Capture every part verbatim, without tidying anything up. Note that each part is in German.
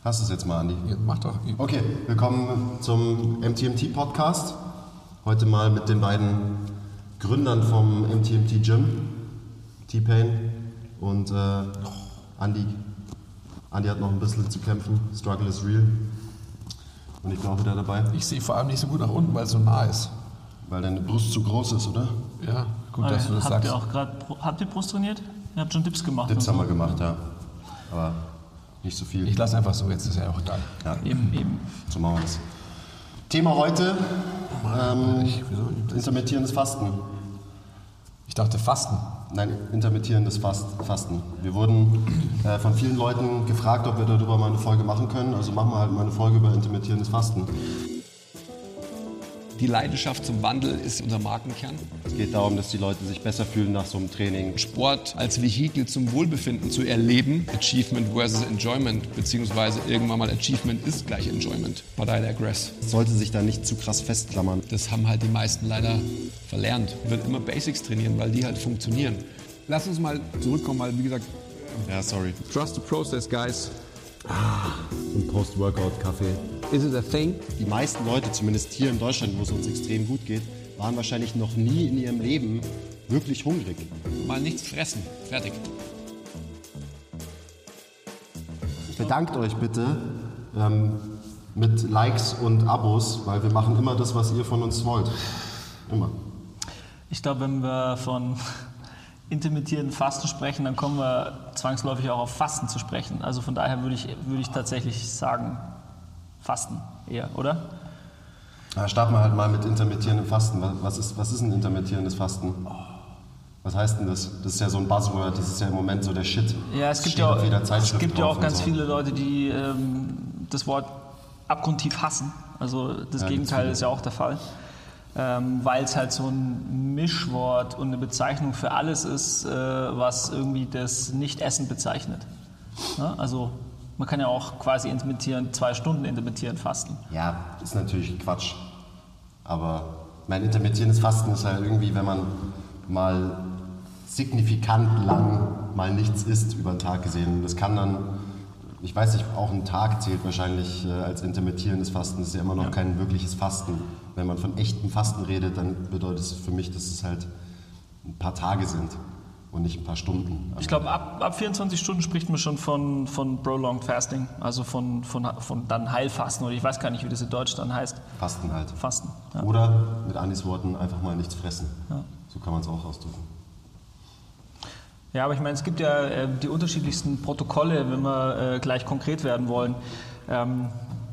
Hast du es jetzt mal, Andi? Ja, mach doch. Okay, willkommen zum M T M T-Podcast. Heute mal mit den beiden Gründern vom M T M T Gym, T-Pain und äh, Andi. Andi hat noch ein bisschen zu kämpfen, Struggle is real. Und ich bin auch wieder dabei. Ich sehe vor allem nicht so gut nach unten, weil es so nah ist. Weil deine Brust zu groß ist, oder? Ja, gut, dass du das habt sagst. Ihr auch grad, habt ihr Brust trainiert? Ihr habt schon Dips gemacht. Dips so. haben wir gemacht, ja. Aber nicht so viel. Ich lasse einfach so, jetzt ist ja auch egal. Ja. Eben, eben. So machen wir das. Thema heute, ähm, Ich, wieso? intermittierendes Fasten. Ich dachte Fasten. Nein, intermittierendes Fast, Fasten. Wir wurden äh, von vielen Leuten gefragt, ob wir darüber mal eine Folge machen können. Also machen wir halt mal eine Folge über intermittierendes Fasten. Die Leidenschaft zum Wandel ist unser Markenkern. Es geht darum, dass die Leute sich besser fühlen nach so einem Training. Sport als Vehikel zum Wohlbefinden zu erleben. Achievement versus Enjoyment, beziehungsweise irgendwann mal Achievement ist gleich Enjoyment. But I digress. Es sollte sich da nicht zu krass festklammern. Das haben halt die meisten leider verlernt. Wird immer Basics trainieren, weil die halt funktionieren. Lass uns mal zurückkommen, weil wie gesagt, Ja, sorry. trust the process, guys. Und Post-Workout-Kaffee. Is it a thing? Die meisten Leute, zumindest hier in Deutschland, wo es uns extrem gut geht, waren wahrscheinlich noch nie in ihrem Leben wirklich hungrig. Mal nichts fressen. Fertig. Bedankt euch bitte ähm, mit Likes und Abos, weil wir machen immer das, was ihr von uns wollt. Immer. Ich glaube, wenn wir von intermittierenden Fasten sprechen, dann kommen wir zwangsläufig auch auf Fasten zu sprechen. Also von daher würde ich, würde ich tatsächlich sagen, Fasten eher, oder? Ja, starten wir halt mal mit intermittierendem Fasten. Was ist, was ist ein intermittierendes Fasten? Was heißt denn das? Das ist ja so ein Buzzword, das ist ja im Moment so der Shit. Ja, es Das gibt steht ja, auf jeder es Zeitschrift gibt ja drauf auch und ganz so. viele Leute, die ähm, das Wort abgrundtief hassen. Also das Ja, Gegenteil gibt's ist ja auch der Fall. Ähm, weil es halt so ein Mischwort und eine Bezeichnung für alles ist, äh, was irgendwie das Nicht-Essen bezeichnet. Ja, also man kann ja auch quasi intermittierend, zwei Stunden intermittierend fasten. Ja, ist natürlich Quatsch. Aber mein intermittierendes Fasten ist halt irgendwie, wenn man mal signifikant lang mal nichts isst über den Tag gesehen. Das kann dann, ich weiß nicht, auch ein Tag zählt wahrscheinlich äh, als intermittierendes Fasten. Das ist ja immer noch Ja. kein wirkliches Fasten. Wenn man von echtem Fasten redet, dann bedeutet es für mich, dass es halt ein paar Tage sind und nicht ein paar Stunden. Ich glaube, ab, ab vierundzwanzig Stunden spricht man schon von, von Prolonged Fasting, also von, von, von dann Heilfasten, oder ich weiß gar nicht, wie das in Deutsch dann heißt. Fasten halt. Fasten. Ja. Oder mit Andis Worten einfach mal nichts fressen. Ja. So kann man es auch ausdrücken. Ja, aber ich meine, es gibt ja äh, die unterschiedlichsten Protokolle, wenn wir äh, gleich konkret werden wollen. Ähm,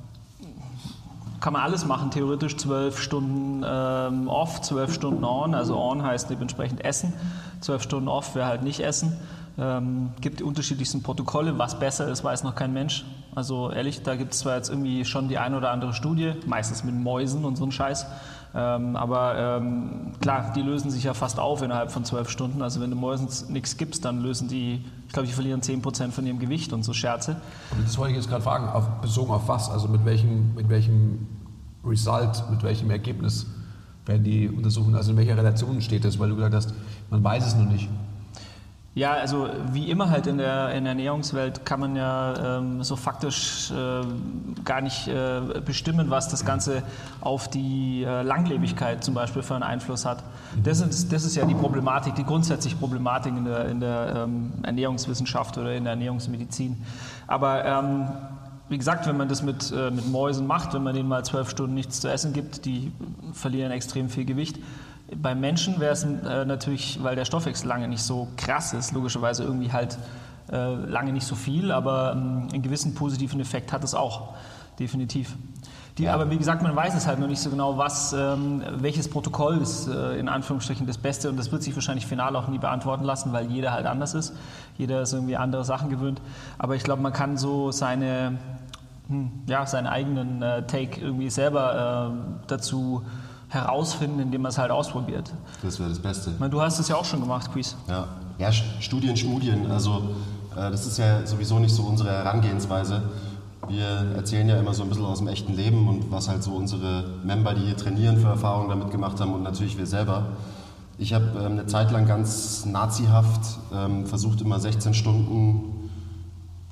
kann man alles machen, theoretisch zwölf Stunden ähm, off, zwölf Stunden on. Also on heißt dementsprechend essen, zwölf Stunden off wäre halt nicht essen. Ähm, gibt die unterschiedlichsten Protokolle, was besser ist, weiß noch kein Mensch. Also ehrlich, da gibt es zwar jetzt irgendwie schon die eine oder andere Studie, meistens mit Mäusen und so ein Scheiß. Ähm, aber ähm, klar, die lösen sich ja fast auf innerhalb von zwölf Stunden. Also wenn du Mäusen nichts gibst, dann lösen die, ich glaube, die verlieren zehn Prozent von ihrem Gewicht und so Scherze. Und das wollte ich jetzt gerade fragen, auf, bezogen auf was? Also mit welchem, mit welchem Result, mit welchem Ergebnis werden die Untersuchungen, also in welcher Relation steht das? Weil du gesagt hast, man weiß es noch nicht. Ja, also wie immer halt in der, in der Ernährungswelt kann man ja ähm, so faktisch äh, gar nicht äh, bestimmen, was das Ganze auf die äh, Langlebigkeit zum Beispiel für einen Einfluss hat. Das ist, das ist ja die Problematik, die grundsätzliche Problematik in der, in der ähm, Ernährungswissenschaft oder in der Ernährungsmedizin. Aber ähm, wie gesagt, wenn man das mit, äh, mit Mäusen macht, wenn man denen mal zwölf Stunden nichts zu essen gibt, die verlieren extrem viel Gewicht. Beim Menschen wäre es äh, natürlich, weil der Stoffwechsel lange nicht so krass ist, logischerweise irgendwie halt äh, lange nicht so viel, aber ähm, einen gewissen positiven Effekt hat es auch, definitiv. Die, Ja. Aber wie gesagt, man weiß es halt noch nicht so genau, was, ähm, welches Protokoll ist äh, in Anführungsstrichen das Beste, und das wird sich wahrscheinlich final auch nie beantworten lassen, weil jeder halt anders ist, jeder ist irgendwie andere Sachen gewöhnt, aber ich glaube, man kann so seine, hm, ja, seinen eigenen äh, Take irgendwie selber äh, dazu herausfinden, indem man es halt ausprobiert. Das wäre das Beste. Ich meine, du hast es ja auch schon gemacht, Quiz. Ja, ja, Studien, Schmudien, also äh, das ist ja sowieso nicht so unsere Herangehensweise. Wir erzählen ja immer so ein bisschen aus dem echten Leben und was halt so unsere Member, die hier trainieren, für Erfahrungen damit gemacht haben, und natürlich wir selber. Ich habe ähm, eine Zeit lang ganz nazihaft ähm, versucht, immer sechzehn Stunden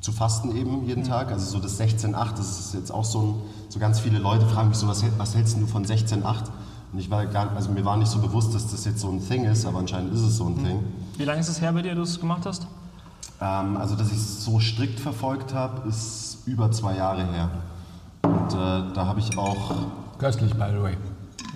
zu fasten eben jeden Tag. Also so das sechzehn acht, das ist jetzt auch so ein, so ganz viele Leute fragen mich so, was, was hältst du von sechzehn acht? Und ich war gar, also mir war nicht so bewusst, dass das jetzt so ein Thing ist, aber anscheinend ist es so ein mhm. Thing. Wie lange ist es her bei dir, dass du es gemacht hast? Ähm, also dass ich es so strikt verfolgt habe, ist über zwei Jahre her. Und äh, da habe ich auch... Köstlich, by the way.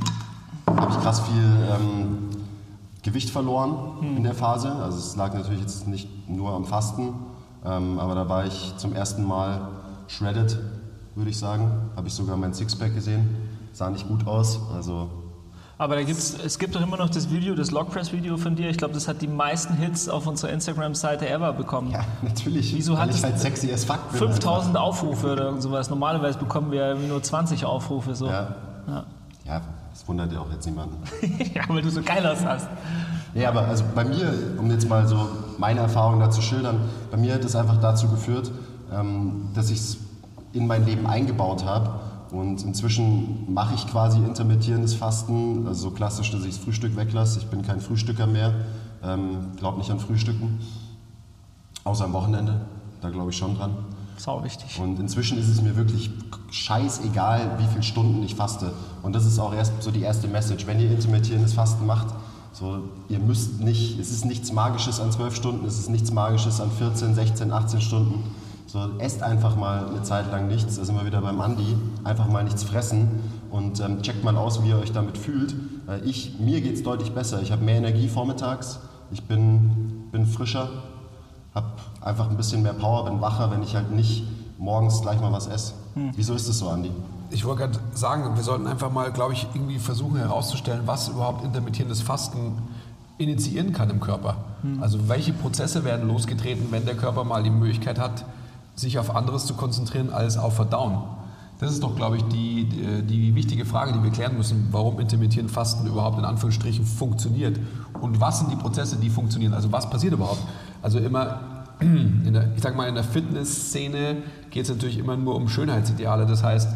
Habe ich krass viel ähm, Gewicht verloren hm. in der Phase. Also es lag natürlich jetzt nicht nur am Fasten, ähm, aber da war ich zum ersten Mal shredded, würde ich sagen. Habe ich sogar mein Sixpack gesehen. Sah nicht gut aus. Also aber da gibt's, es gibt doch immer noch das Video, das Logpress-Video von dir. Ich glaube, das hat die meisten Hits auf unserer Instagram-Seite ever bekommen. Ja, natürlich. Wieso weil hat ich es halt sexy as fuck bin. fünftausend Aufrufe oder irgend sowas? Normalerweise bekommen wir nur zwanzig Aufrufe. So. Ja. Ja. ja, das wundert ja auch jetzt niemanden. Ja, weil du so geil aussahst. Ja, aber also bei mir, um jetzt mal so meine Erfahrung dazu schildern, bei mir hat es einfach dazu geführt, ähm, dass ich es in mein Leben eingebaut habe. Und inzwischen mache ich quasi intermittierendes Fasten, also so klassisch, dass ich das Frühstück weglasse. Ich bin kein Frühstücker mehr, ähm, glaube nicht an Frühstücken, außer am Wochenende, da glaube ich schon dran. Sau wichtig. Und inzwischen ist es mir wirklich scheißegal, wie viele Stunden ich faste. Und das ist auch erst so die erste Message. Wenn ihr intermittierendes Fasten macht, so, ihr müsst nicht, es ist nichts Magisches an zwölf Stunden, es ist nichts Magisches an vierzehn, sechzehn, achtzehn Stunden. So, esst einfach mal eine Zeit lang nichts, da sind wir wieder beim Andi, einfach mal nichts fressen und ähm, checkt mal aus, wie ihr euch damit fühlt. Äh, ich, mir geht es deutlich besser, ich habe mehr Energie vormittags, ich bin, bin frischer, habe einfach ein bisschen mehr Power, bin wacher, wenn ich halt nicht morgens gleich mal was esse. Hm. Wieso ist das so, Andi? Ich wollte gerade sagen, wir sollten einfach mal, glaube ich, irgendwie versuchen herauszustellen, was überhaupt intermittierendes Fasten initiieren kann im Körper. Hm. Also welche Prozesse werden losgetreten, wenn der Körper mal die Möglichkeit hat, sich auf anderes zu konzentrieren als auf Verdauen. Das ist doch, glaube ich, die, die, die wichtige Frage, die wir klären müssen, warum intermittierendes Fasten überhaupt in Anführungsstrichen funktioniert und was sind die Prozesse, die funktionieren, also was passiert überhaupt. Also immer, in der, ich sag mal, in der Fitnessszene geht es natürlich immer nur um Schönheitsideale, das heißt,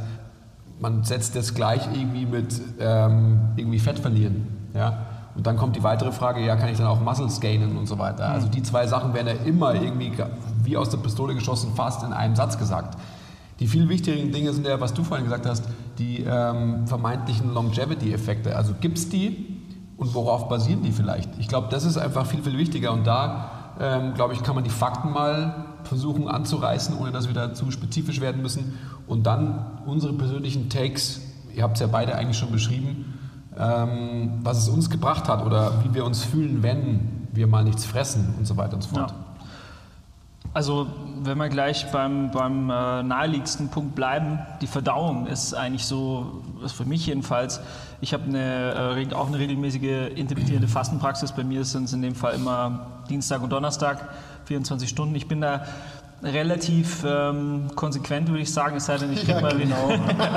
man setzt das gleich irgendwie mit ähm, irgendwie Fett verlieren, ja. Und dann kommt die weitere Frage, ja, kann ich dann auch Muscles gainen und so weiter. Also die zwei Sachen werden ja immer irgendwie wie aus der Pistole geschossen, fast in einem Satz gesagt. Die viel wichtigeren Dinge sind ja, was du vorhin gesagt hast, die ähm, vermeintlichen Longevity-Effekte. Also gibt es die und worauf basieren die vielleicht? Ich glaube, das ist einfach viel, viel wichtiger. Und da, ähm, glaube ich, kann man die Fakten mal versuchen anzureißen, ohne dass wir da zu spezifisch werden müssen. Und dann unsere persönlichen Takes, ihr habt es ja beide eigentlich schon beschrieben, Ähm, was es uns gebracht hat oder wie wir uns fühlen, wenn wir mal nichts fressen und so weiter und so fort. Ja. Also wenn wir gleich beim, beim äh, naheliegendsten Punkt bleiben, die Verdauung ist eigentlich so, ist für mich jedenfalls, ich habe eine, äh, auch eine regelmäßige intermittierende Fastenpraxis, bei mir sind es in dem Fall immer Dienstag und Donnerstag, vierundzwanzig Stunden. Ich bin da relativ ähm, konsequent, würde ich sagen, es sei denn, ich kriege ja, mal genau.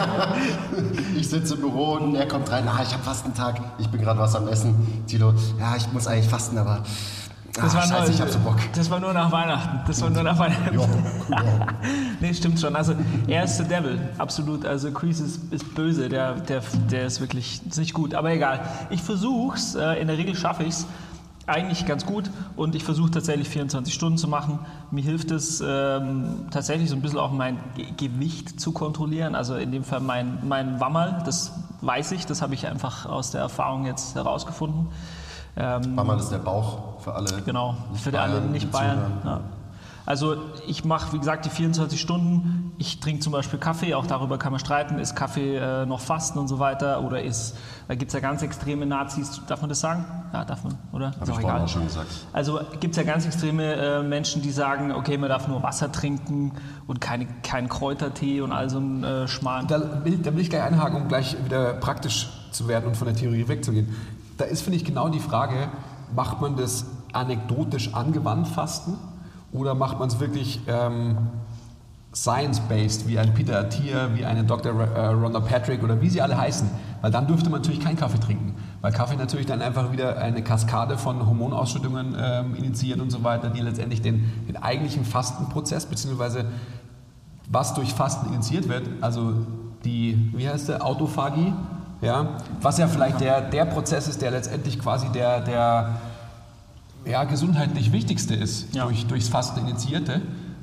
Ich sitze im Büro und er kommt rein, ah, ich habe Fastentag, ich bin gerade was am Essen. Tilo, ja, ich muss eigentlich fasten, aber ah, das war scheiße, nur, ich hab so Bock. Das war nur nach Weihnachten. Das war nur nach Weihnachten. Ja, ja. Nee, stimmt schon. Also er ist der Devil, absolut. Also Chris ist, ist böse, der, der, der ist wirklich ist nicht gut. Aber egal. Ich versuch's, äh, in der Regel schaffe ich's. Eigentlich ganz gut und ich versuche tatsächlich vierundzwanzig Stunden zu machen. Mir hilft es ähm, tatsächlich so ein bisschen auch mein Ge- Gewicht zu kontrollieren, also in dem Fall mein, mein Wammerl, das weiß ich, das habe ich einfach aus der Erfahrung jetzt herausgefunden. Ähm, Wammerl ist der Bauch für alle. Genau, für Bayern, alle nicht Bayern. Ja. Also ich mache, wie gesagt, die vierundzwanzig Stunden. Ich trinke zum Beispiel Kaffee, auch darüber kann man streiten. Ist Kaffee äh, noch Fasten und so weiter? Oder ist, da gibt es ja ganz extreme Nazis, darf man das sagen? Ja, darf man, oder? Habe ich vorhin auch schon gesagt. Also gibt es ja ganz extreme äh, Menschen, die sagen, okay, man darf nur Wasser trinken und keine, kein Kräutertee und all so ein äh, Schmarrn. Da will, da will ich gleich einhaken, um gleich wieder praktisch zu werden und von der Theorie wegzugehen. Da ist, finde ich, genau die Frage, macht man das anekdotisch angewandt Fasten? Oder macht man es wirklich ähm, science-based, wie ein Peter Attia, wie eine Doktor Äh, Rhonda Patrick oder wie sie alle heißen? Weil dann dürfte man natürlich keinen Kaffee trinken. Weil Kaffee natürlich dann einfach wieder eine Kaskade von Hormonausschüttungen ähm, initiiert und so weiter, die letztendlich den, den eigentlichen Fastenprozess, beziehungsweise was durch Fasten initiiert wird, also die, wie heißt der, Autophagie, ja, was ja vielleicht der, der Prozess ist, der letztendlich quasi der, der ja, gesundheitlich wichtigste ist, ja. durch, durchs Fasten initiierte,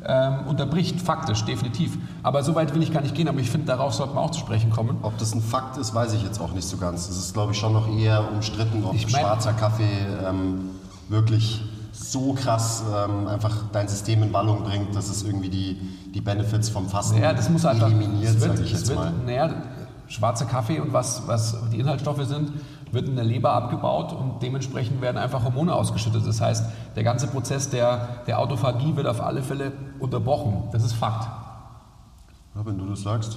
ähm, unterbricht, faktisch, definitiv. Aber so weit will ich gar nicht gehen, aber ich finde, darauf sollten wir auch zu sprechen kommen. Ob das ein Fakt ist, weiß ich jetzt auch nicht so ganz. Es ist, glaube ich, schon noch eher umstritten, ob Ich mein- schwarzer Kaffee ähm, wirklich so krass ähm, einfach dein System in Wallung bringt, dass es irgendwie die, die Benefits vom Fasten Ja, das muss einfach, eliminiert, es wird, sage ich es jetzt wird, mal. naja, schwarzer Kaffee und was, was die Inhaltsstoffe sind, wird in der Leber abgebaut und dementsprechend werden einfach Hormone ausgeschüttet. Das heißt, der ganze Prozess der, der Autophagie wird auf alle Fälle unterbrochen. Das ist Fakt. Ja, wenn du das sagst.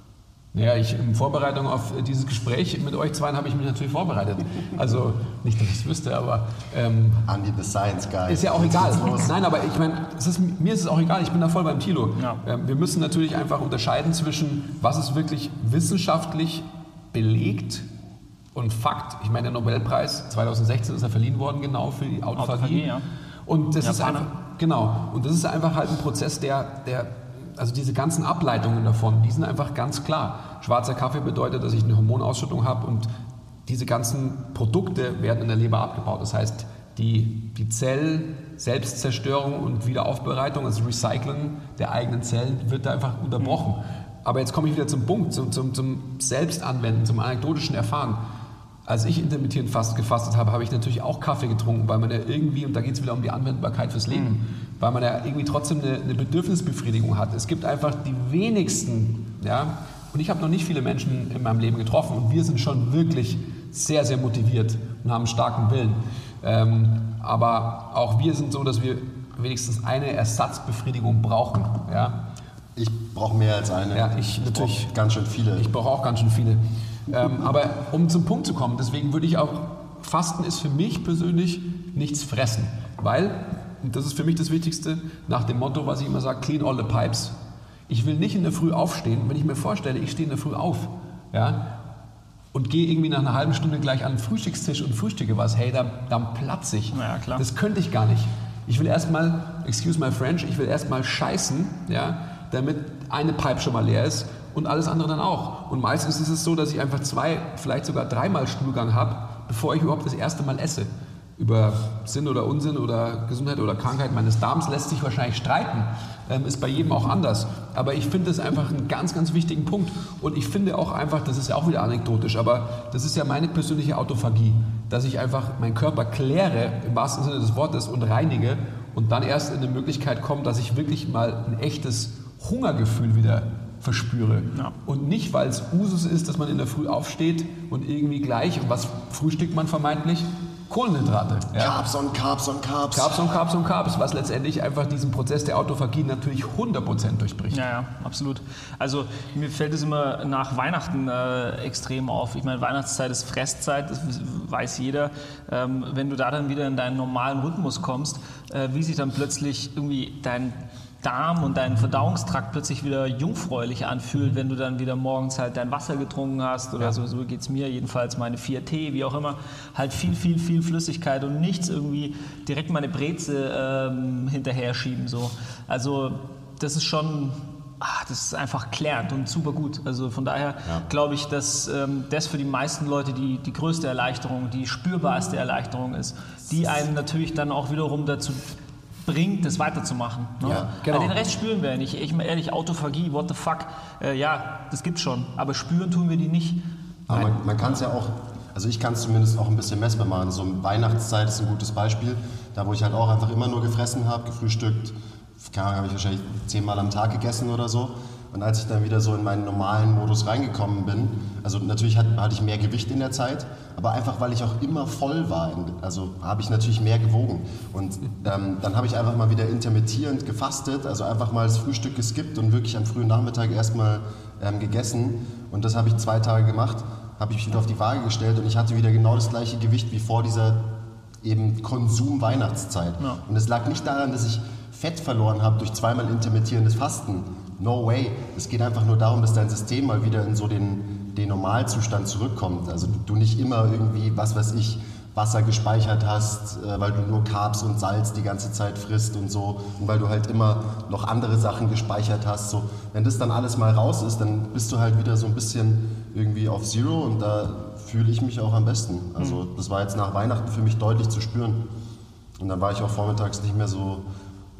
Ja, ich in Vorbereitung auf dieses Gespräch mit euch zwei habe ich mich natürlich vorbereitet. Also nicht, dass ich es wüsste, aber ähm, Andi, the Science Guy. ist ja auch Jetzt egal. geht's los. Nein, aber ich meine, es ist, mir ist es auch egal, ich bin da voll beim Thilo. Ja. Ähm, wir müssen natürlich einfach unterscheiden zwischen, was ist wirklich wissenschaftlich belegt und Fakt. Ich meine, der Nobelpreis zweitausendsechzehn ist ja verliehen worden, genau für die Autophagie. Autophagie, ja. Und das ist Japaner. einfach, genau, und das ist einfach halt ein Prozess, der, der, also diese ganzen Ableitungen davon, die sind einfach ganz klar. Schwarzer Kaffee bedeutet, dass ich eine Hormonausschüttung habe und diese ganzen Produkte werden in der Leber abgebaut. Das heißt, die, die Zell-Selbstzerstörung und Wiederaufbereitung, also Recycling der eigenen Zellen, wird da einfach unterbrochen. Aber jetzt komme ich wieder zum Punkt, zum, zum, zum Selbstanwenden, zum anekdotischen Erfahren. Als ich intermittierend fast gefastet habe, habe ich natürlich auch Kaffee getrunken, weil man ja irgendwie, und da geht es wieder um die Anwendbarkeit fürs Leben, weil man ja irgendwie trotzdem eine, eine Bedürfnisbefriedigung hat. Es gibt einfach die wenigsten, ja, und ich habe noch nicht viele Menschen in meinem Leben getroffen und wir sind schon wirklich sehr, sehr motiviert und haben einen starken Willen. Ähm, aber auch wir sind so, dass wir wenigstens eine Ersatzbefriedigung brauchen, ja. Ich brauche mehr als eine. Ja, ich natürlich. brauch ganz schön viele. Ich brauche auch ganz schön viele. Ähm, aber um zum Punkt zu kommen, deswegen würde ich auch, Fasten ist für mich persönlich nichts fressen. Weil, und das ist für mich das Wichtigste, nach dem Motto, was ich immer sage, clean all the pipes. Ich will nicht in der Früh aufstehen, wenn ich mir vorstelle, ich stehe in der Früh auf, ja, und gehe irgendwie nach einer halben Stunde gleich an den Frühstückstisch und frühstücke was, hey, dann, dann platze ich. Ja, klar. Das könnte ich gar nicht. Ich will erstmal, excuse my French, ich will erstmal scheißen, ja, damit eine Pipe schon mal leer ist und alles andere dann auch. Und meistens ist es so, dass ich einfach zwei, vielleicht sogar dreimal Stuhlgang habe, bevor ich überhaupt das erste Mal esse. Über Sinn oder Unsinn oder Gesundheit oder Krankheit meines Darms lässt sich wahrscheinlich streiten, ähm, ist bei jedem auch anders. Aber ich finde das einfach einen ganz, ganz wichtigen Punkt. Und ich finde auch einfach, das ist ja auch wieder anekdotisch, aber das ist ja meine persönliche Autophagie, dass ich einfach meinen Körper kläre, im wahrsten Sinne des Wortes, und reinige und dann erst in die Möglichkeit komme, dass ich wirklich mal ein echtes Hungergefühl wieder verspüre. Ja. Und nicht, weil es Usus ist, dass man in der Früh aufsteht und irgendwie gleich, und was frühstückt man vermeintlich? Kohlenhydrate. Ja. Carbs on Carbs on Carbs. Carbs und Carbs und Carbs, was letztendlich einfach diesen Prozess der Autophagie natürlich hundert Prozent durchbricht. Ja, ja, absolut. Also mir fällt es immer nach Weihnachten äh, extrem auf. Ich meine, Weihnachtszeit ist Fresszeit, das weiß jeder. Ähm, wenn du da dann wieder in deinen normalen Rhythmus kommst, äh, wie sich dann plötzlich irgendwie dein Darm und dein Verdauungstrakt plötzlich wieder jungfräulich anfühlt, wenn du dann wieder morgens halt dein Wasser getrunken hast oder Ja. so, so geht es mir jedenfalls, meine vier Tee, wie auch immer, halt viel, viel, viel Flüssigkeit und nichts irgendwie direkt meine Breze ähm, hinterher schieben. So. Also das ist schon, ach, das ist einfach klärend und super gut. Also von daher Ja. glaube ich, dass ähm, das für die meisten Leute die, die größte Erleichterung, die spürbarste Erleichterung ist, die einen natürlich dann auch wiederum dazu bringt, das weiterzumachen. Ne? Ja, genau. Weil den Rest spüren wir nicht. Ich meine ehrlich, Autophagie, what the fuck, äh, ja, das gibt's schon, aber spüren tun wir die nicht. Aber man, man kann es ja auch, also ich kann es zumindest auch ein bisschen messbar machen. So Weihnachtszeit ist ein gutes Beispiel, da wo ich halt auch einfach immer nur gefressen habe, gefrühstückt, keine Ahnung, habe ich wahrscheinlich zehnmal am Tag gegessen oder so. Und als ich dann wieder so in meinen normalen Modus reingekommen bin, also natürlich hatte, hatte ich mehr Gewicht in der Zeit, aber einfach weil ich auch immer voll war, also habe ich natürlich mehr gewogen. Und ähm, dann habe ich einfach mal wieder intermittierend gefastet, also einfach mal das Frühstück geskippt und wirklich am frühen Nachmittag erstmal ähm, gegessen. Und das habe ich zwei Tage gemacht, habe ich mich wieder auf die Waage gestellt und ich hatte wieder genau das gleiche Gewicht wie vor dieser eben Konsum-Weihnachtszeit. Ja. Und es lag nicht daran, dass ich Fett verloren habe durch zweimal intermittierendes Fasten. No way. Es geht einfach nur darum, dass dein System mal wieder in so den, den Normalzustand zurückkommt. Also du nicht immer irgendwie, was weiß ich, Wasser gespeichert hast, äh, weil du nur Carbs und Salz die ganze Zeit frisst und so. Und weil du halt immer noch andere Sachen gespeichert hast. So. Wenn das dann alles mal raus ist, dann bist du halt wieder so ein bisschen irgendwie auf Zero und da fühle ich mich auch am besten. Also das war jetzt nach Weihnachten für mich deutlich zu spüren. Und dann war ich auch vormittags nicht mehr so,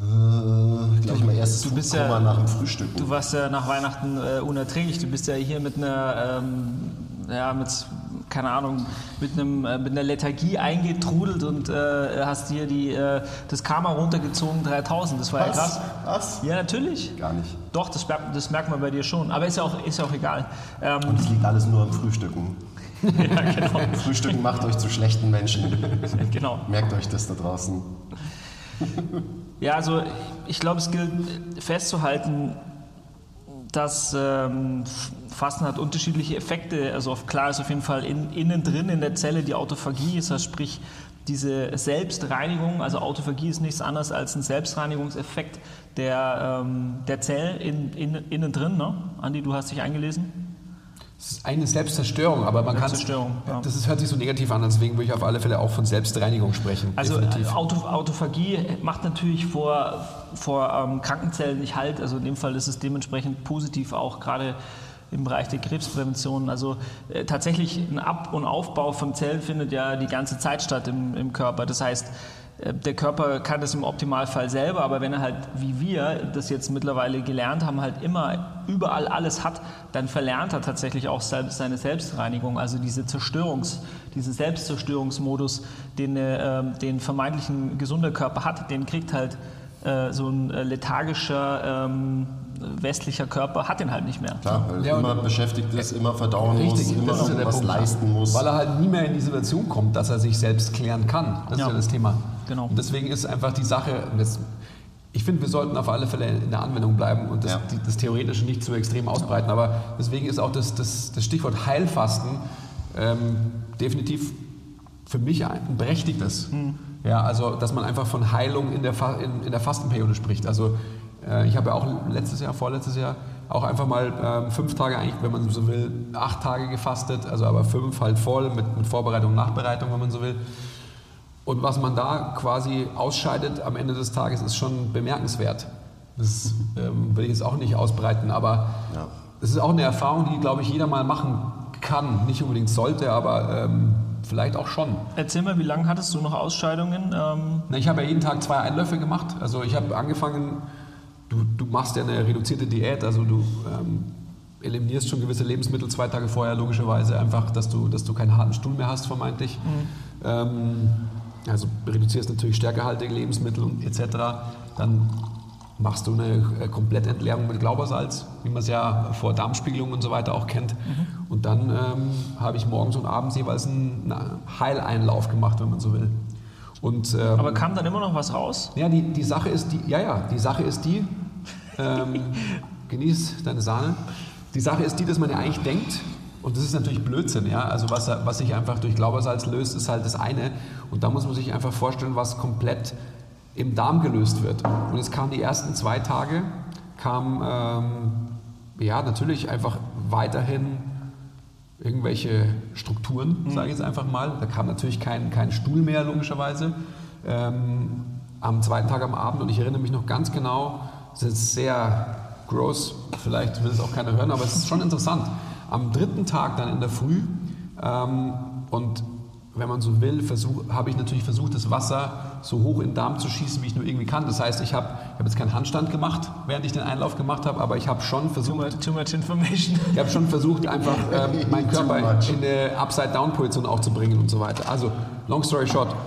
Äh, gleich mal erstes du bist Foodkoma ja- nach dem Frühstück. Du warst ja nach Weihnachten äh, unerträglich. Du bist ja hier mit einer, ähm, ja, mit, keine Ahnung, mit, einem, äh, mit einer Lethargie eingetrudelt und äh, hast hier die, äh, das Karma runtergezogen, dreitausend. Das war ja Was? krass. Was? Ja, natürlich. Gar nicht. Doch, das, merkt- das merkt man bei dir schon. Aber ist ja auch, ist ja auch egal. Ähm, Und es liegt alles nur am Frühstücken. ja, genau. Frühstücken macht euch zu schlechten Menschen. genau. Merkt euch das da draußen. Ja, also ich glaube, es gilt festzuhalten, dass ähm, Fasten hat unterschiedliche Effekte. Also auf, klar ist auf jeden Fall in, innen drin in der Zelle die Autophagie, ist das sprich diese Selbstreinigung. Also Autophagie ist nichts anderes als ein Selbstreinigungseffekt der, ähm, der Zellen in, in, innen drin. Ne? Andi, du hast dich eingelesen? Es ist eine Selbstzerstörung, aber man kann Selbstzerstörung, ja. das ist, hört sich so negativ an, deswegen würde ich auf alle Fälle auch von Selbstreinigung sprechen. Also definitiv. Auto, Autophagie macht natürlich vor, vor ähm, Krankenzellen nicht halt. Also in dem Fall ist es dementsprechend positiv auch gerade im Bereich der Krebsprävention. Also äh, tatsächlich ein Ab- und Aufbau von Zellen findet ja die ganze Zeit statt im, im Körper. Das heißt, äh, der Körper kann das im Optimalfall selber, aber wenn er halt, wie wir das jetzt mittlerweile gelernt haben, halt immer überall alles hat, dann verlernt er tatsächlich auch selbst seine Selbstreinigung, also diese Zerstörungs, diesen Selbstzerstörungsmodus, den äh, den vermeintlichen gesunder Körper hat, den kriegt halt äh, so ein äh, lethargischer ähm, westlicher Körper, hat den halt nicht mehr. Klar, weil Ja, immer und- beschäftigt ist, immer verdauen Richtig, muss, immer das ist ja der irgendwas Punkt. leisten muss. Weil er halt nie mehr in die Situation kommt, dass er sich selbst klären kann. Das Ja. ist ja das Thema. Genau. Und deswegen ist einfach die Sache, und das, ich finde, wir sollten auf alle Fälle in der Anwendung bleiben und das, Ja. die, das Theoretische nicht zu extrem ausbreiten. Aber deswegen ist auch das, das, das Stichwort Heilfasten ähm, definitiv für mich ein berechtigtes. Ja, also, dass man einfach von Heilung in der, Fa in, in der Fastenperiode spricht. Also, äh, ich habe ja auch letztes Jahr, vorletztes Jahr, auch einfach mal ähm, fünf Tage, eigentlich, wenn man so will, acht Tage gefastet, also aber fünf halt voll mit, mit Vorbereitung und Nachbereitung, wenn man so will. Und was man da quasi ausscheidet am Ende des Tages, ist schon bemerkenswert. Das ähm, will ich jetzt auch nicht ausbreiten, aber Ja. es ist auch eine Erfahrung, die, glaube ich, jeder mal machen kann. Nicht unbedingt sollte, aber ähm, vielleicht auch schon. Erzähl mal, wie lange hattest du noch Ausscheidungen? Ähm, Na, ich habe ja jeden Tag zwei Einläufe gemacht. Also ich habe angefangen, du, du machst ja eine reduzierte Diät, also du ähm, eliminierst schon gewisse Lebensmittel zwei Tage vorher, logischerweise einfach, dass du, dass du keinen harten Stuhl mehr hast, vermeintlich. Mhm. Ähm, also reduzierst natürlich stärkehaltige Lebensmittel und et cetera. Dann machst du eine äh, Komplettentleerung mit Glaubersalz, wie man es ja vor Darmspiegelung und so weiter auch kennt. Mhm. Und dann ähm, habe ich morgens und abends jeweils einen, einen Heileinlauf gemacht, wenn man so will. Und, ähm, aber kam dann immer noch was raus? ja, die, die Sache ist die, ja, ja, die Sache ist die, ähm, genieß deine Sahne. Die Sache ist die, dass man ja eigentlich denkt, und das ist natürlich Blödsinn, ja, also was, was sich einfach durch Glaubersalz löst, ist halt das eine. Und da muss man sich einfach vorstellen, was komplett im Darm gelöst wird. Und es kamen die ersten zwei Tage, kam, ähm, ja, natürlich einfach weiterhin irgendwelche Strukturen, mhm. sage ich jetzt einfach mal. Da kam natürlich kein, kein Stuhl mehr, logischerweise. Ähm, am zweiten Tag am Abend, und ich erinnere mich noch ganz genau, das ist sehr gross, vielleicht will es auch keiner hören, aber es ist schon interessant. Am dritten Tag dann in der Früh, ähm, und wenn man so will, habe ich natürlich versucht, das Wasser so hoch in den Darm zu schießen, wie ich nur irgendwie kann. Das heißt, ich habe ich hab jetzt keinen Handstand gemacht, während ich den Einlauf gemacht habe, aber ich habe schon versucht, Too much, too much information. ich habe schon versucht, einfach ähm, meinen Körper in eine Upside-Down-Position auch zu bringen und so weiter. Also, long story short,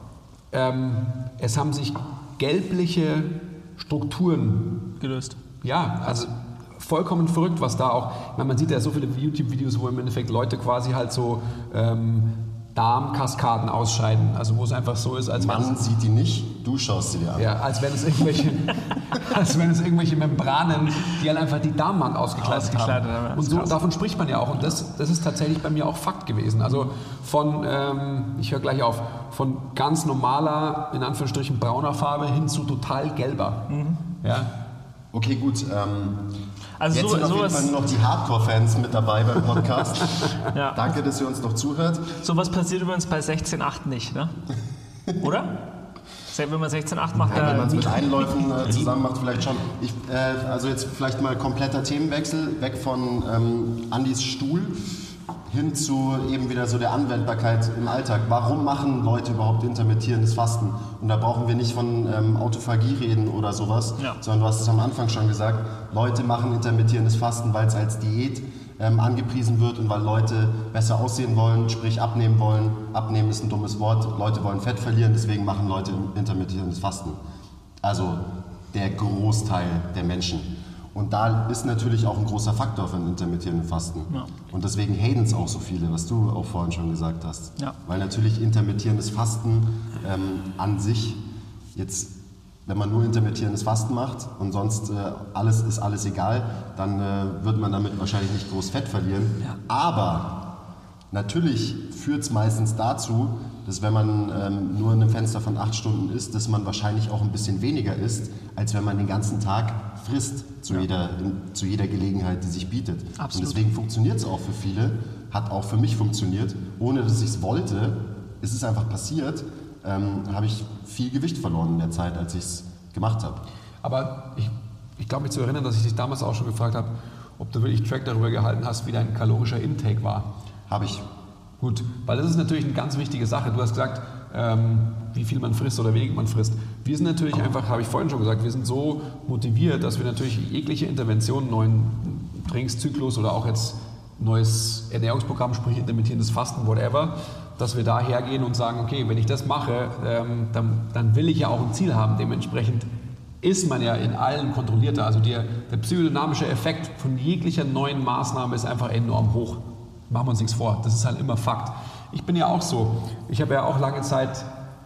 ähm, es haben sich gelbliche Strukturen gelöst. Ja, also vollkommen verrückt, was da auch, ich meine, man sieht ja so viele YouTube-Videos, wo im Endeffekt Leute quasi halt so ähm, Darmkaskaden ausscheiden, also wo es einfach so ist, als Man sieht die nicht, du schaust sie dir an. ja, als wenn es irgendwelche, als wenn es irgendwelche Membranen, die halt einfach die Darmwand ausgekleidet, Ausgekleidet haben. haben. Und so, davon spricht man ja auch. Und das, das ist tatsächlich bei mir auch Fakt gewesen. Also von, ähm, ich höre gleich auf, von ganz normaler, in Anführungsstrichen brauner Farbe hin zu total gelber. Mhm. Ja. Okay, gut. Ähm, Also jetzt so, sind auf jeden sowas, Fall nur noch die Hardcore-Fans mit dabei beim Podcast. Ja. Danke, dass ihr uns noch zuhört. sowas passiert übrigens bei sechzehn Komma acht nicht, ne? Oder? Wenn man sechzehn Komma acht macht, Ja, wenn da man es mit Einläufen äh, zusammen macht, vielleicht schon. Ich, äh, also jetzt vielleicht mal kompletter Themenwechsel, weg von ähm, Andys Stuhl. hin zu eben wieder so der Anwendbarkeit im Alltag. Warum machen Leute überhaupt intermittierendes Fasten? Und da brauchen wir nicht von ähm, Autophagie reden oder sowas, ja. sondern du hast es am Anfang schon gesagt, Leute machen intermittierendes Fasten, weil es als Diät ähm, angepriesen wird und weil Leute besser aussehen wollen, sprich abnehmen wollen. Abnehmen ist ein dummes Wort, Leute wollen Fett verlieren, deswegen machen Leute intermittierendes Fasten. Also der Großteil der Menschen. Und da ist natürlich auch ein großer Faktor für ein intermittierendes Fasten. Ja. Und deswegen haten es auch so viele, was du auch vorhin schon gesagt hast. Ja. Weil natürlich intermittierendes Fasten ähm, an sich, jetzt, wenn man nur intermittierendes Fasten macht und sonst äh, alles ist alles egal, dann äh, wird man damit wahrscheinlich nicht groß Fett verlieren. Ja. Aber natürlich führt es meistens dazu, dass wenn man ähm, nur in einem Fenster von acht Stunden isst, dass man wahrscheinlich auch ein bisschen weniger isst, als wenn man den ganzen Tag frisst zu, ja. jeder, in, zu jeder Gelegenheit, die sich bietet. Absolut. Und deswegen funktioniert es auch für viele, hat auch für mich funktioniert, ohne dass ich es wollte. Es ist einfach passiert, ähm, habe ich viel Gewicht verloren in der Zeit, als ich es gemacht habe. Aber ich, ich glaube mich zu erinnern, dass ich dich damals auch schon gefragt habe, ob du wirklich Track darüber gehalten hast, wie dein kalorischer Intake war. Habe ich. Gut, weil das ist natürlich eine ganz wichtige Sache. Du hast gesagt, ähm, wie viel man frisst oder wenig man frisst. Wir sind natürlich einfach, habe ich vorhin schon gesagt, wir sind so motiviert, dass wir natürlich jegliche Intervention, neuen Trainingszyklus oder auch jetzt neues Ernährungsprogramm, sprich intermittierendes Fasten, whatever, dass wir da hergehen und sagen, okay, wenn ich das mache, ähm, dann, dann will ich ja auch ein Ziel haben. Dementsprechend ist man ja in allen kontrollierter. Also der, der psychodynamische Effekt von jeglicher neuen Maßnahme ist einfach enorm hoch. Machen wir uns nichts vor, das ist halt immer Fakt. Ich bin ja auch so, ich habe ja auch lange Zeit,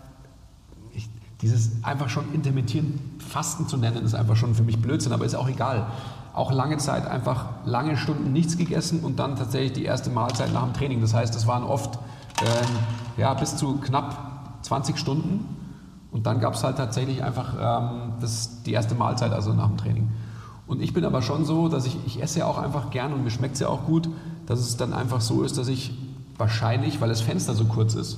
ich, dieses einfach schon intermittierend Fasten zu nennen, ist einfach schon für mich Blödsinn, aber ist auch egal. Auch lange Zeit einfach lange Stunden nichts gegessen und dann tatsächlich die erste Mahlzeit nach dem Training. Das heißt, das waren oft ähm, ja, bis zu knapp zwanzig Stunden und dann gab es halt tatsächlich einfach ähm, das, die erste Mahlzeit, also nach dem Training. Und ich bin aber schon so, dass ich, ich esse ja auch einfach gern und mir schmeckt es ja auch gut, dass es dann einfach so ist, dass ich wahrscheinlich, weil das Fenster so kurz ist,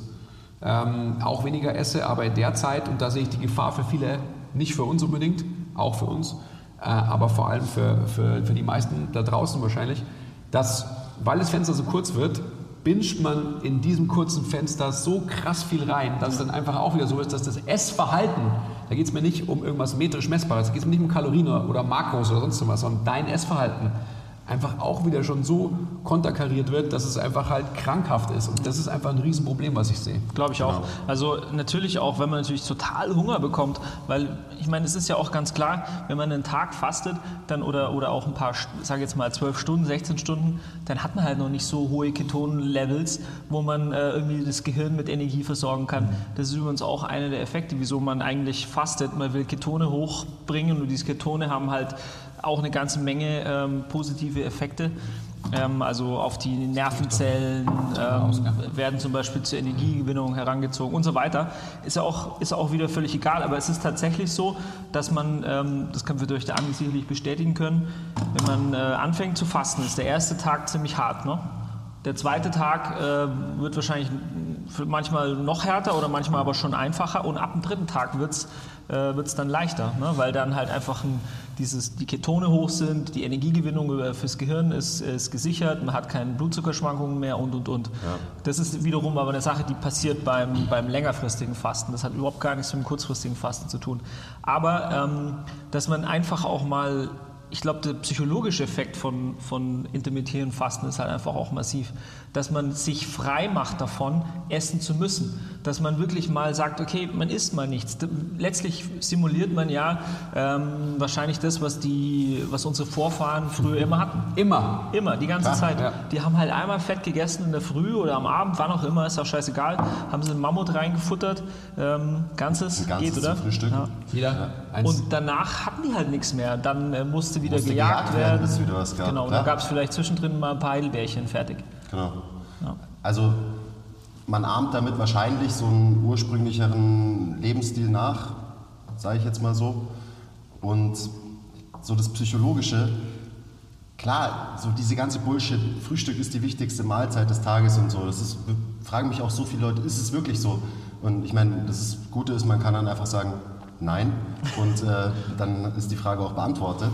ähm, auch weniger esse, aber in der Zeit, und da sehe ich die Gefahr für viele, nicht für uns unbedingt, auch für uns, äh, aber vor allem für, für, für die meisten da draußen wahrscheinlich, dass, weil das Fenster so kurz wird, binscht man in diesem kurzen Fenster so krass viel rein, dass es dann einfach auch wieder so ist, dass das Essverhalten, da geht es mir nicht um irgendwas metrisch Messbares, da geht es mir nicht um Kalorien oder Makros oder sonst was, sondern dein Essverhalten einfach auch wieder schon so konterkariert wird, dass es einfach halt krankhaft ist. Und das ist einfach ein Riesenproblem, was ich sehe. Glaube ich auch. Also natürlich auch, wenn man natürlich total Hunger bekommt, weil ich meine, es ist ja auch ganz klar, wenn man einen Tag fastet dann oder, oder auch ein paar, sage jetzt mal zwölf Stunden, sechzehn Stunden, dann hat man halt noch nicht so hohe Ketonlevels, wo man äh, irgendwie das Gehirn mit Energie versorgen kann. Das ist übrigens auch einer der Effekte, wieso man eigentlich fastet. Man will Ketone hochbringen und diese Ketone haben halt auch eine ganze Menge ähm, positive Effekte. Ähm, also auf die Nervenzellen ähm, werden zum Beispiel zur Energiegewinnung herangezogen und so weiter. Ist ja auch, ist auch wieder völlig egal, aber es ist tatsächlich so, dass man, ähm, das können wir durch der Andi sicherlich bestätigen können, wenn man äh, anfängt zu fasten, ist der erste Tag ziemlich hart. Ne? Der zweite Tag äh, wird wahrscheinlich manchmal noch härter oder manchmal aber schon einfacher und ab dem dritten Tag wird es äh, wird's dann leichter, ne? Weil dann halt einfach ein, dieses, die Ketone hoch sind, die Energiegewinnung fürs Gehirn ist, ist gesichert, man hat keine Blutzuckerschwankungen mehr und und und. Ja. Das ist wiederum aber eine Sache, die passiert beim, beim längerfristigen Fasten. Das hat überhaupt gar nichts mit dem kurzfristigen Fasten zu tun. Aber ähm, dass man einfach auch mal, ich glaube, der psychologische Effekt von, von intermittierendem Fasten ist halt einfach auch massiv, dass man sich frei macht davon, essen zu müssen. Dass man wirklich mal sagt, okay, man isst mal nichts. Letztlich simuliert man ja ähm, wahrscheinlich das, was, die, was unsere Vorfahren früher immer hatten. Immer. Immer, die ganze ja, Zeit. Ja. Die haben halt einmal Fett gegessen in der Früh oder am Abend, wann auch immer, ist auch scheißegal. Haben sie einen Mammut reingefuttert, ähm, ganzes, Ein ganzes geht, oder? zum Frühstück. Ja. Wieder. Ja. Und danach hatten die halt nichts mehr. Dann äh, musste wieder Musste gejagt, gejagt werden. bis es wieder was gab. Genau, und Klar. da gab es vielleicht zwischendrin mal ein paar Heidelbeerchen, fertig. Genau. Ja. Also man ahmt damit wahrscheinlich so einen ursprünglicheren Lebensstil nach, sage ich jetzt mal so. Und so das Psychologische, klar, so diese ganze Bullshit, Frühstück ist die wichtigste Mahlzeit des Tages und so, das ist, fragen mich auch so viele Leute, ist es wirklich so? Und ich meine, das Gute ist, man kann dann einfach sagen, nein, und äh, dann ist die Frage auch beantwortet.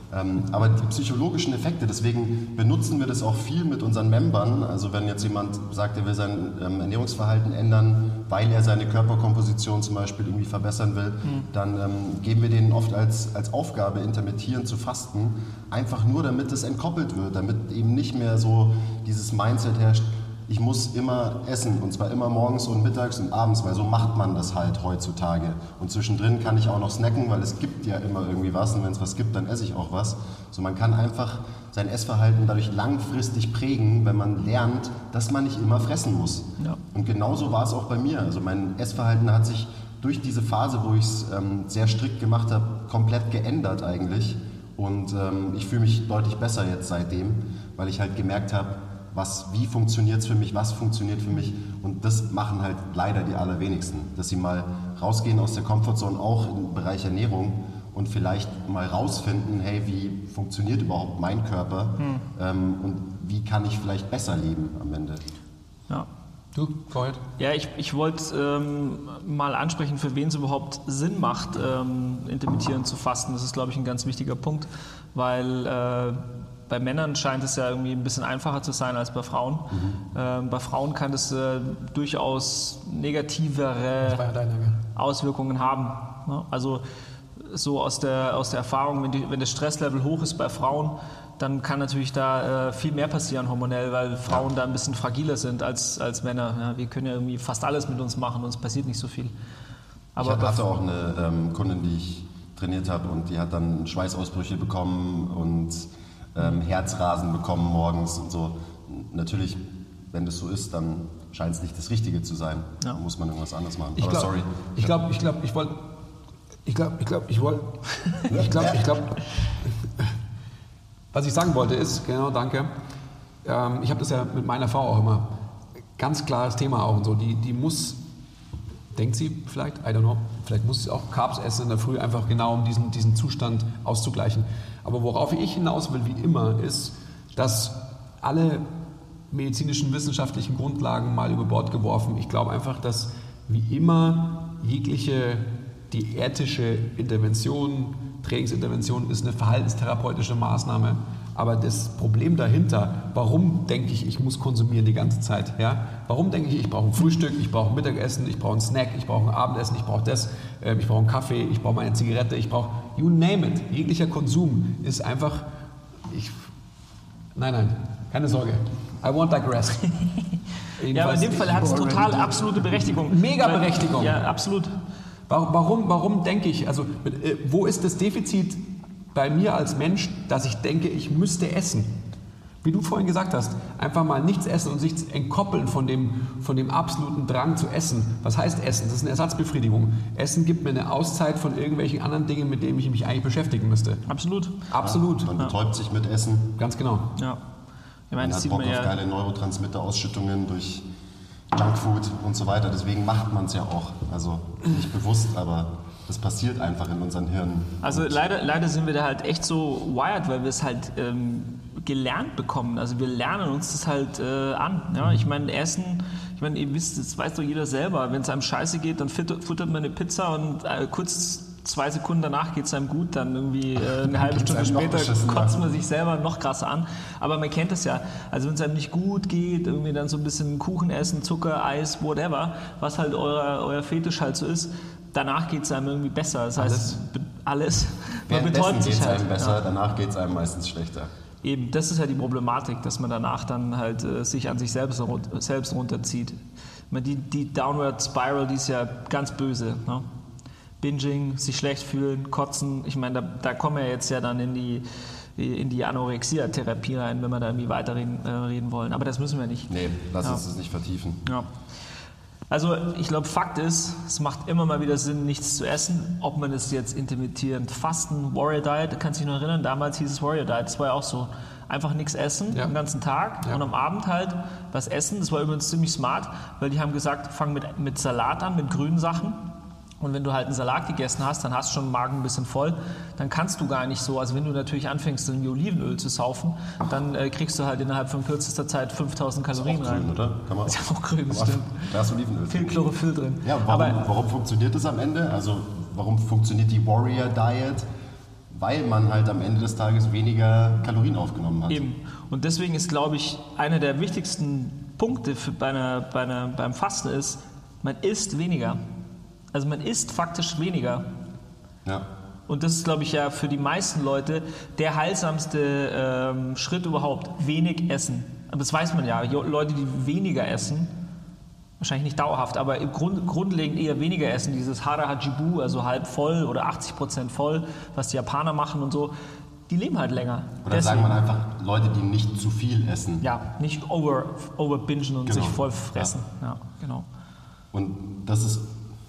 Ähm, aber die psychologischen Effekte, deswegen benutzen wir das auch viel mit unseren Membern. Also wenn jetzt jemand sagt, er will sein ähm, Ernährungsverhalten ändern, weil er seine Körperkomposition zum Beispiel irgendwie verbessern will, mhm. dann ähm, geben wir denen oft als, als Aufgabe, intermittierend zu fasten, einfach nur damit es entkoppelt wird, damit eben nicht mehr so dieses Mindset herrscht, ich muss immer essen und zwar immer morgens und mittags und abends, weil so macht man das halt heutzutage. Und zwischendrin kann ich auch noch snacken, weil es gibt ja immer irgendwie was und wenn es was gibt, dann esse ich auch was. So, man kann einfach sein Essverhalten dadurch langfristig prägen, wenn man lernt, dass man nicht immer fressen muss. Ja. Und genauso war es auch bei mir. Also mein Essverhalten hat sich durch diese Phase, wo ich es ähm, sehr strikt gemacht habe, komplett geändert eigentlich. Und ähm, ich fühle mich deutlich besser jetzt seitdem, weil ich halt gemerkt habe, was, wie funktioniert es für mich, was funktioniert für mich. Und das machen halt leider die allerwenigsten, dass sie mal rausgehen aus der Comfortzone, auch im Bereich Ernährung und vielleicht mal rausfinden, hey, wie funktioniert überhaupt mein Körper hm. ähm, und wie kann ich vielleicht besser leben am Ende. Ja. Du, Freud? Ja, ich, ich wollte ähm, mal ansprechen, für wen es überhaupt Sinn macht, ähm, intermittierend zu fasten. Das ist, glaube ich, ein ganz wichtiger Punkt, weil äh, bei Männern scheint es ja irgendwie ein bisschen einfacher zu sein als bei Frauen. Mhm. Ähm, bei Frauen kann es äh, durchaus negativere Auswirkungen haben. Ne? Also so aus der, aus der Erfahrung, wenn, die, wenn das Stresslevel hoch ist bei Frauen, dann kann natürlich da äh, viel mehr passieren hormonell, weil Frauen ja. da ein bisschen fragiler sind als, als Männer. Ja, wir können ja irgendwie fast alles mit uns machen, uns passiert nicht so viel. Aber ich hatte auch eine ähm, Kundin, die ich trainiert habe und die hat dann Schweißausbrüche bekommen und ähm, Herzrasen bekommen morgens und so. Natürlich, wenn das so ist, dann scheint es nicht das Richtige zu sein. Ja. Dann muss man irgendwas anderes machen. Ich Aber glaub, sorry. Ich glaube, ich glaube, ich wollte... Ich glaube, ich glaube, ich wollte... Ich glaube, ich glaube... Was ich sagen wollte ist, genau, danke, ähm, ich habe das ja mit meiner Frau auch immer, ganz klares Thema auch und so, die, die muss, denkt sie vielleicht, I don't know, vielleicht muss sie auch Carbs essen in der Früh, einfach genau um diesen, diesen Zustand auszugleichen. Aber worauf ich hinaus will, wie immer, ist, dass alle medizinischen, wissenschaftlichen Grundlagen mal über Bord geworfen, ich glaube einfach, dass wie immer jegliche diätische Intervention, Trainingsintervention ist eine verhaltenstherapeutische Maßnahme, aber das Problem dahinter, warum denke ich, ich muss konsumieren die ganze Zeit, ja? Warum denke ich, ich brauche ein Frühstück, ich brauche ein Mittagessen, ich brauche einen Snack, ich brauche ein Abendessen, ich brauche das, äh, ich brauche einen Kaffee, ich brauche meine Zigarette, ich brauche, you name it, jeglicher Konsum ist einfach, ich, nein, nein, keine Sorge, I won't digress. Ja, aber in dem Fall hat es total absolute Berechtigung. Mega Berechtigung. Ja, absolut. Warum, warum denke ich, also wo ist das Defizit bei mir als Mensch, dass ich denke, ich müsste essen? Wie du vorhin gesagt hast, einfach mal nichts essen und sich entkoppeln von dem, von dem absoluten Drang zu essen. Was heißt Essen? Das ist eine Ersatzbefriedigung. Essen gibt mir eine Auszeit von irgendwelchen anderen Dingen, mit denen ich mich eigentlich beschäftigen müsste. Absolut. Absolut. Ja, man betäubt ja. sich mit Essen. Ganz genau. Ja. Ich meine, man hat Bock auf ja geile Neurotransmitter-Ausschüttungen durch Junkfood und so weiter, deswegen macht man es ja auch, also nicht bewusst, aber das passiert einfach in unseren Hirnen. Also leider, leider sind wir da halt echt so wired, weil wir es halt ähm, gelernt bekommen, also wir lernen uns das halt äh, an. Ja? Ich meine, Essen, ich meine, ihr wisst, das weiß doch jeder selber, wenn es einem scheiße geht, dann futtert man eine Pizza und äh, kurz zwei Sekunden danach geht es einem gut, dann irgendwie äh, eine halbe Stunde später kotzt man sich selber noch krasser an. Aber man kennt das ja. Also wenn es einem nicht gut geht, irgendwie dann so ein bisschen Kuchen essen, Zucker, Eis, whatever, was halt euer, euer Fetisch halt so ist, danach geht es einem irgendwie besser. Das heißt, alles. Man betäubt sich halt. Einem besser, ja. Danach geht es einem meistens schlechter. Eben, das ist ja die Problematik, dass man danach dann halt äh, sich an sich selbst, selbst runterzieht. Die, die Downward Spiral, die ist ja ganz böse. Ne? Binging, sich schlecht fühlen, kotzen. Ich meine, da, da kommen wir jetzt ja dann in die, in die Anorexia-Therapie rein, wenn wir da irgendwie weiterreden äh, reden wollen. Aber das müssen wir nicht. Nee, lass ja. uns das nicht vertiefen. Ja. Also ich glaube, Fakt ist, es macht immer mal wieder Sinn, nichts zu essen. Ob man es jetzt intermittierend fasten, Warrior Diet, kannst du dich noch erinnern, damals hieß es Warrior Diet, das war ja auch so. Einfach nichts essen ja. den ganzen Tag ja. und am Abend halt was essen. Das war übrigens ziemlich smart, weil die haben gesagt, fang mit, mit Salat an, mit grünen Sachen. Und wenn du halt einen Salat gegessen hast, dann hast du schon den Magen ein bisschen voll, dann kannst du gar nicht so, also wenn du natürlich anfängst, irgendwie Olivenöl zu saufen, dann äh, kriegst du halt innerhalb von kürzester Zeit fünftausend Kalorien ist auch grün, rein. Oder? Kann man ist ja auch grün, das stimmt. Da ist Olivenöl. Viel Chlorophyll drin. Ja, warum, Aber, warum funktioniert das am Ende? Also warum funktioniert die Warrior Diet? weil man halt am Ende des Tages weniger Kalorien aufgenommen hat. Eben. Und deswegen ist, glaube ich, einer der wichtigsten Punkte für bei einer, bei einer, beim Fasten ist, man isst weniger. Also man isst faktisch weniger. Ja. Und das ist, glaube ich, ja für die meisten Leute der heilsamste ähm, Schritt überhaupt. Wenig essen. Aber das weiß man ja. Leute, die weniger essen, wahrscheinlich nicht dauerhaft, aber im Grund, grundlegend eher weniger essen, dieses Hara Hajibu, also halb voll oder achtzig Prozent voll, was die Japaner machen und so, die leben halt länger. Oder Deswegen. sagen wir einfach Leute, die nicht zu viel essen. Ja, nicht over, overbingen und Genau. sich voll fressen. Ja. Ja, genau. Und das ist,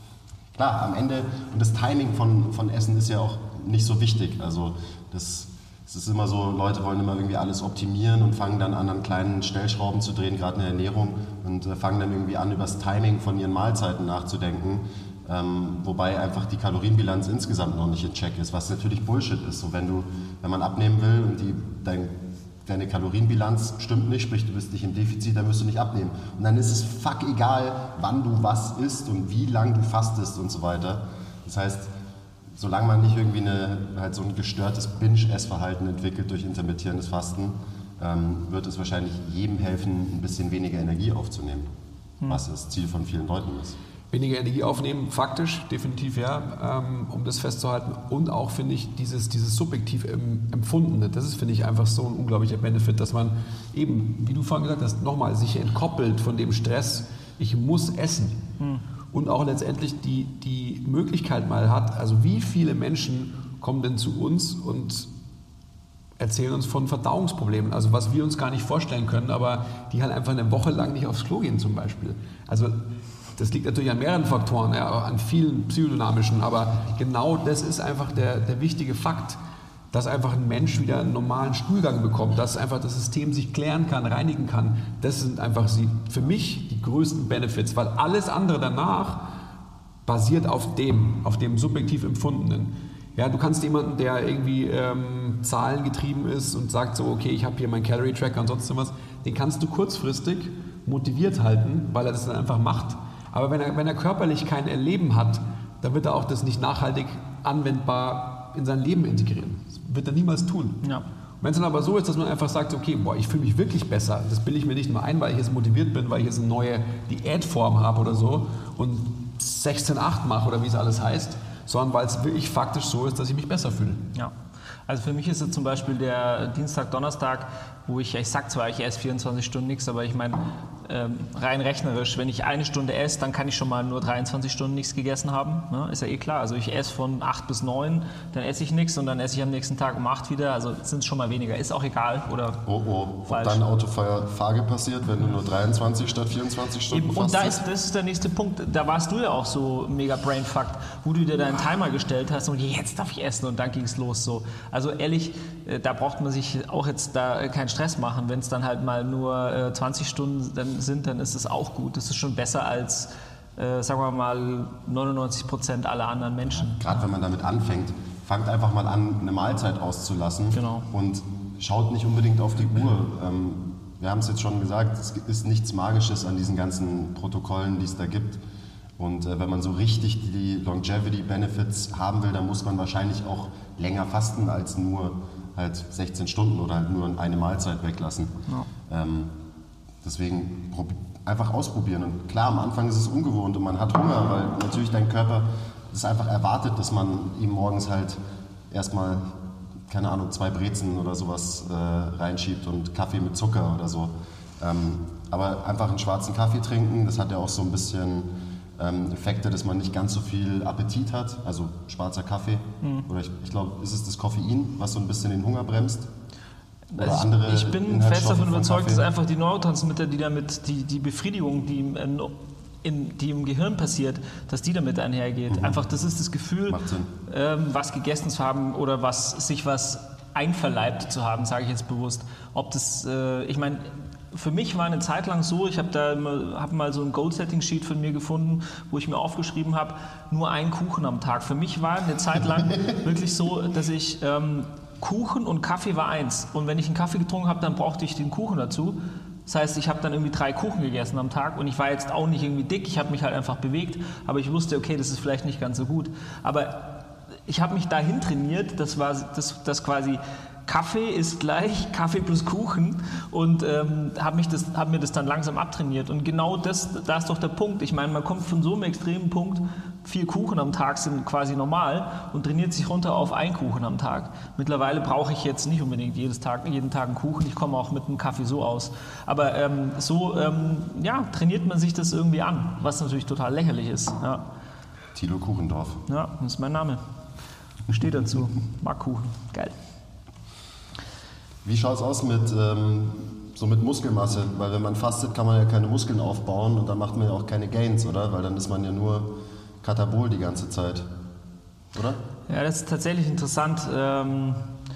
klar, am Ende, und das Timing von, von Essen ist ja auch nicht so wichtig. Also das, es ist immer so, Leute wollen immer irgendwie alles optimieren und fangen dann an, an kleinen Stellschrauben zu drehen, gerade in der Ernährung, und äh, fangen dann irgendwie an, über das Timing von ihren Mahlzeiten nachzudenken. Ähm, wobei einfach die Kalorienbilanz insgesamt noch nicht in Check ist, was natürlich Bullshit ist. So, wenn du, wenn man abnehmen will und die, dein, deine Kalorienbilanz stimmt nicht, sprich du bist nicht im Defizit, dann wirst du nicht abnehmen. Und dann ist es fuck egal, wann du was isst und wie lang du fastest und so weiter. Das heißt, solange man nicht irgendwie eine, halt so ein gestörtes Binge-Essverhalten entwickelt durch intermittierendes Fasten, ähm, wird es wahrscheinlich jedem helfen, ein bisschen weniger Energie aufzunehmen, hm. was das Ziel von vielen Leuten ist. Weniger Energie aufnehmen, faktisch, definitiv ja, ähm, um das festzuhalten. Und auch, finde ich, dieses, dieses subjektiv Empfundene, das ist, finde ich, einfach so ein unglaublicher Benefit, dass man eben, wie du vorhin gesagt hast, nochmal sich entkoppelt von dem Stress, ich muss essen. Hm. Und auch letztendlich die, die Möglichkeit mal hat, also wie viele Menschen kommen denn zu uns und erzählen uns von Verdauungsproblemen, also was wir uns gar nicht vorstellen können, aber die halt einfach eine Woche lang nicht aufs Klo gehen zum Beispiel. Also das liegt natürlich an mehreren Faktoren, ja, an vielen psychodynamischen, aber genau das ist einfach der, der wichtige Fakt, dass einfach ein Mensch wieder einen normalen Stuhlgang bekommt, dass einfach das System sich klären kann, reinigen kann. Das sind einfach sie, für mich die größten Benefits, weil alles andere danach basiert auf dem, auf dem subjektiv Empfundenen. Ja, du kannst jemanden, der irgendwie ähm, zahlengetrieben ist und sagt so, okay, ich habe hier meinen Calorie-Tracker und sonst was, den kannst du kurzfristig motiviert halten, weil er das dann einfach macht. Aber wenn er, wenn er körperlich kein Erleben hat, dann wird er auch das nicht nachhaltig anwendbar in sein Leben integrieren. Das wird er niemals tun. Ja. Wenn es dann aber so ist, dass man einfach sagt, okay, boah, ich fühle mich wirklich besser, das bilde ich mir nicht nur ein, weil ich jetzt motiviert bin, weil ich jetzt eine neue Diätform habe oder so und sechzehn acht mache oder wie es alles heißt, sondern weil es wirklich faktisch so ist, dass ich mich besser fühle. Ja. Also für mich ist es zum Beispiel der Dienstag, Donnerstag, wo ich, ich sag zwar, ich esse vierundzwanzig Stunden nichts, aber ich meine, ähm, rein rechnerisch, wenn ich eine Stunde esse, dann kann ich schon mal nur dreiundzwanzig Stunden nichts gegessen haben. Ne? Ist ja eh klar. Also ich esse von acht bis neun, dann esse ich nichts und dann esse ich am nächsten Tag um acht wieder. Also sind es schon mal weniger. Ist auch egal. Oder oh, oh. Ob dann Autofahrer passiert, wenn du nur dreiundzwanzig statt vierundzwanzig Stunden fastest? Und da ist, das ist der nächste Punkt. Da warst du ja auch so mega brainfucked, wo du dir deinen Timer gestellt hast und jetzt darf ich essen und dann ging es los so. Also ehrlich, da braucht man sich auch jetzt da keinen Stress machen. Wenn es dann halt mal nur zwanzig Stunden dann sind, dann ist es auch gut. Das ist schon besser als, äh, sagen wir mal, neunundneunzig Prozent aller anderen Menschen. Gerade wenn man damit anfängt, fangt einfach mal an, eine Mahlzeit auszulassen. Genau. Und schaut nicht unbedingt auf die Uhr. Ähm, wir haben es jetzt schon gesagt, es ist nichts Magisches an diesen ganzen Protokollen, die es da gibt. Und äh, wenn man so richtig die Longevity-Benefits haben will, dann muss man wahrscheinlich auch länger fasten als nur halt sechzehn Stunden oder halt nur eine Mahlzeit weglassen. Ja. Ähm, deswegen einfach ausprobieren. Und klar, am Anfang ist es ungewohnt und man hat Hunger, weil natürlich dein Körper es einfach erwartet, dass man ihm morgens halt erstmal, keine Ahnung, zwei Brezen oder sowas äh, reinschiebt und Kaffee mit Zucker oder so. Ähm, aber einfach einen schwarzen Kaffee trinken, das hat ja auch so ein bisschen ähm, Effekte, dass man nicht ganz so viel Appetit hat, also schwarzer Kaffee. Mhm. Oder ich, ich glaube, ist es das Koffein, was so ein bisschen den Hunger bremst? Oder also andere ich bin fest davon überzeugt, dass einfach die Neurotransmitter, die damit, die, die Befriedigung, die im, in, die im Gehirn passiert, dass die damit einhergeht. Mhm. Einfach, das ist das Gefühl, ähm, was gegessen zu haben oder was, sich was einverleibt zu haben, sage ich jetzt bewusst. Ob das, äh, ich meine, für mich war eine Zeit lang so, ich habe da immer, hab mal so ein Goal-Setting-Sheet von mir gefunden, wo ich mir aufgeschrieben habe, nur einen Kuchen am Tag. Für mich war eine Zeit lang wirklich so, dass ich ähm, Kuchen und Kaffee war eins. Und wenn ich einen Kaffee getrunken habe, dann brauchte ich den Kuchen dazu. Das heißt, ich habe dann irgendwie drei Kuchen gegessen am Tag und ich war jetzt auch nicht irgendwie dick, ich habe mich halt einfach bewegt, aber ich wusste, okay, das ist vielleicht nicht ganz so gut. Aber ich habe mich dahin trainiert, das war das, das quasi Kaffee ist gleich Kaffee plus Kuchen und ähm, habe mich das, hab mir das dann langsam abtrainiert. Und genau das, da ist doch der Punkt. Ich meine, man kommt von so einem extremen Punkt, vier Kuchen am Tag sind quasi normal und trainiert sich runter auf einen Kuchen am Tag. Mittlerweile brauche ich jetzt nicht unbedingt jedes Tag, jeden Tag einen Kuchen. Ich komme auch mit einem Kaffee so aus. Aber ähm, so ähm, ja, trainiert man sich das irgendwie an, was natürlich total lächerlich ist. Ja. Thilo Kuchendorf. Ja, das ist mein Name. Steht dazu. Mag Kuchen. Geil. Wie schaut es aus mit, ähm, so mit Muskelmasse? Weil wenn man fastet, kann man ja keine Muskeln aufbauen und dann macht man ja auch keine Gains, oder? Weil dann ist man ja nur katabol die ganze Zeit, oder? Ja, das ist tatsächlich interessant. Ähm,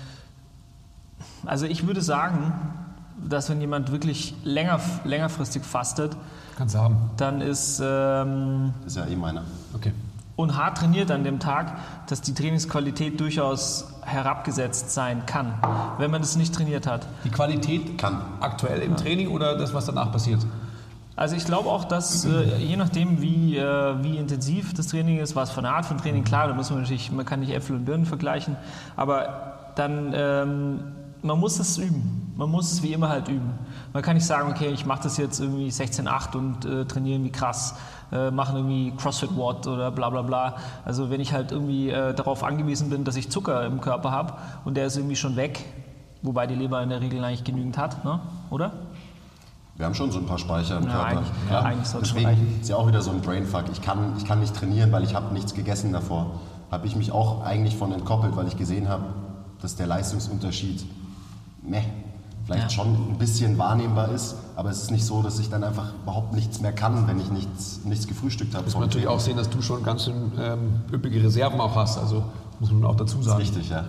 also ich würde sagen, dass wenn jemand wirklich länger, längerfristig fastet, kannst du haben. Dann ist... Ähm, das ist ja eh meiner. Okay. Und hart trainiert an dem Tag, dass die Trainingsqualität durchaus herabgesetzt sein kann, wenn man es nicht trainiert hat. Die Qualität kann aktuell im Training oder das, was danach passiert? Also ich glaube auch, dass äh, je nachdem, wie, äh, wie intensiv das Training ist, was für eine Art von Training, klar, da muss man natürlich, man kann nicht Äpfel und Birnen vergleichen, aber dann, ähm, man muss es üben. Man muss es wie immer halt üben. Man kann nicht sagen, okay, ich mache das jetzt irgendwie sechzehn acht und äh, trainiere irgendwie krass, äh, mache irgendwie CrossFit Watt oder bla bla bla. Also wenn ich halt irgendwie äh, darauf angewiesen bin, dass ich Zucker im Körper habe und der ist irgendwie schon weg, wobei die Leber in der Regel eigentlich genügend hat, ne? Oder? Wir haben schon so ein paar Speicher im ja, Körper. Eigentlich, ja, eigentlich soll Deswegen schon reichen. ist ja auch wieder so ein Brainfuck. Ich kann, ich kann nicht trainieren, weil ich habe nichts gegessen davor. Habe ich mich auch eigentlich von entkoppelt, weil ich gesehen habe, dass der Leistungsunterschied meh, vielleicht ja. schon ein bisschen wahrnehmbar ist, aber es ist nicht so, dass ich dann einfach überhaupt nichts mehr kann, wenn ich nichts, nichts gefrühstückt habe. Muss man natürlich auch sehen, dass du schon ganz schön ähm, üppige Reserven auch hast, also muss man auch dazu sagen. Das ist richtig, ja.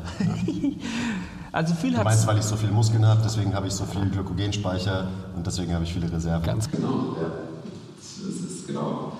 Also viel du meinst, weil ich so viele Muskeln habe, deswegen habe ich so viel Glykogenspeicher und deswegen habe ich viele Reserven. Ganz genau. Ja. Das ist genau.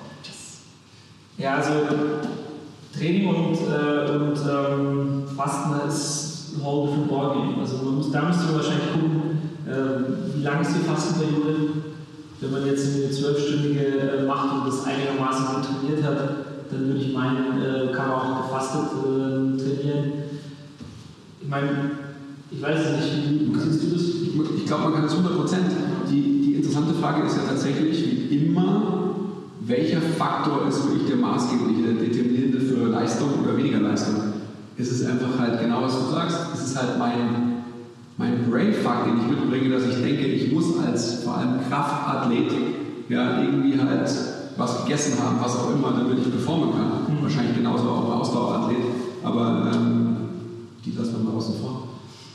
Ja, also Training und, äh, und ähm, Fasten ist ein whole different ballgame. Also man muss, da müsste man wahrscheinlich gucken, äh, wie lang ist die Fastenperiode. Wenn man jetzt eine zwölfstündige äh, macht und das einigermaßen gut trainiert hat, dann würde ich meinen, äh, kann man auch gefastet äh, trainieren. Ich meine, ich weiß es nicht, wie siehst du das? Ich, ich glaube, man kann es hundert Prozent. Die, die interessante Frage ist ja tatsächlich, wie immer, welcher Faktor ist wirklich der maßgebliche, der determinierende für Leistung oder weniger Leistung. Es ist einfach halt genau, was du sagst, es ist halt mein, mein Brainfuck, den ich mitbringe, dass ich denke, ich muss als vor allem Kraftathlet ja, irgendwie halt was gegessen haben, was auch immer, damit ich performen kann. Mhm. Wahrscheinlich genauso auch ein Ausdauerathlet, aber ähm, die lassen wir mal außen vor.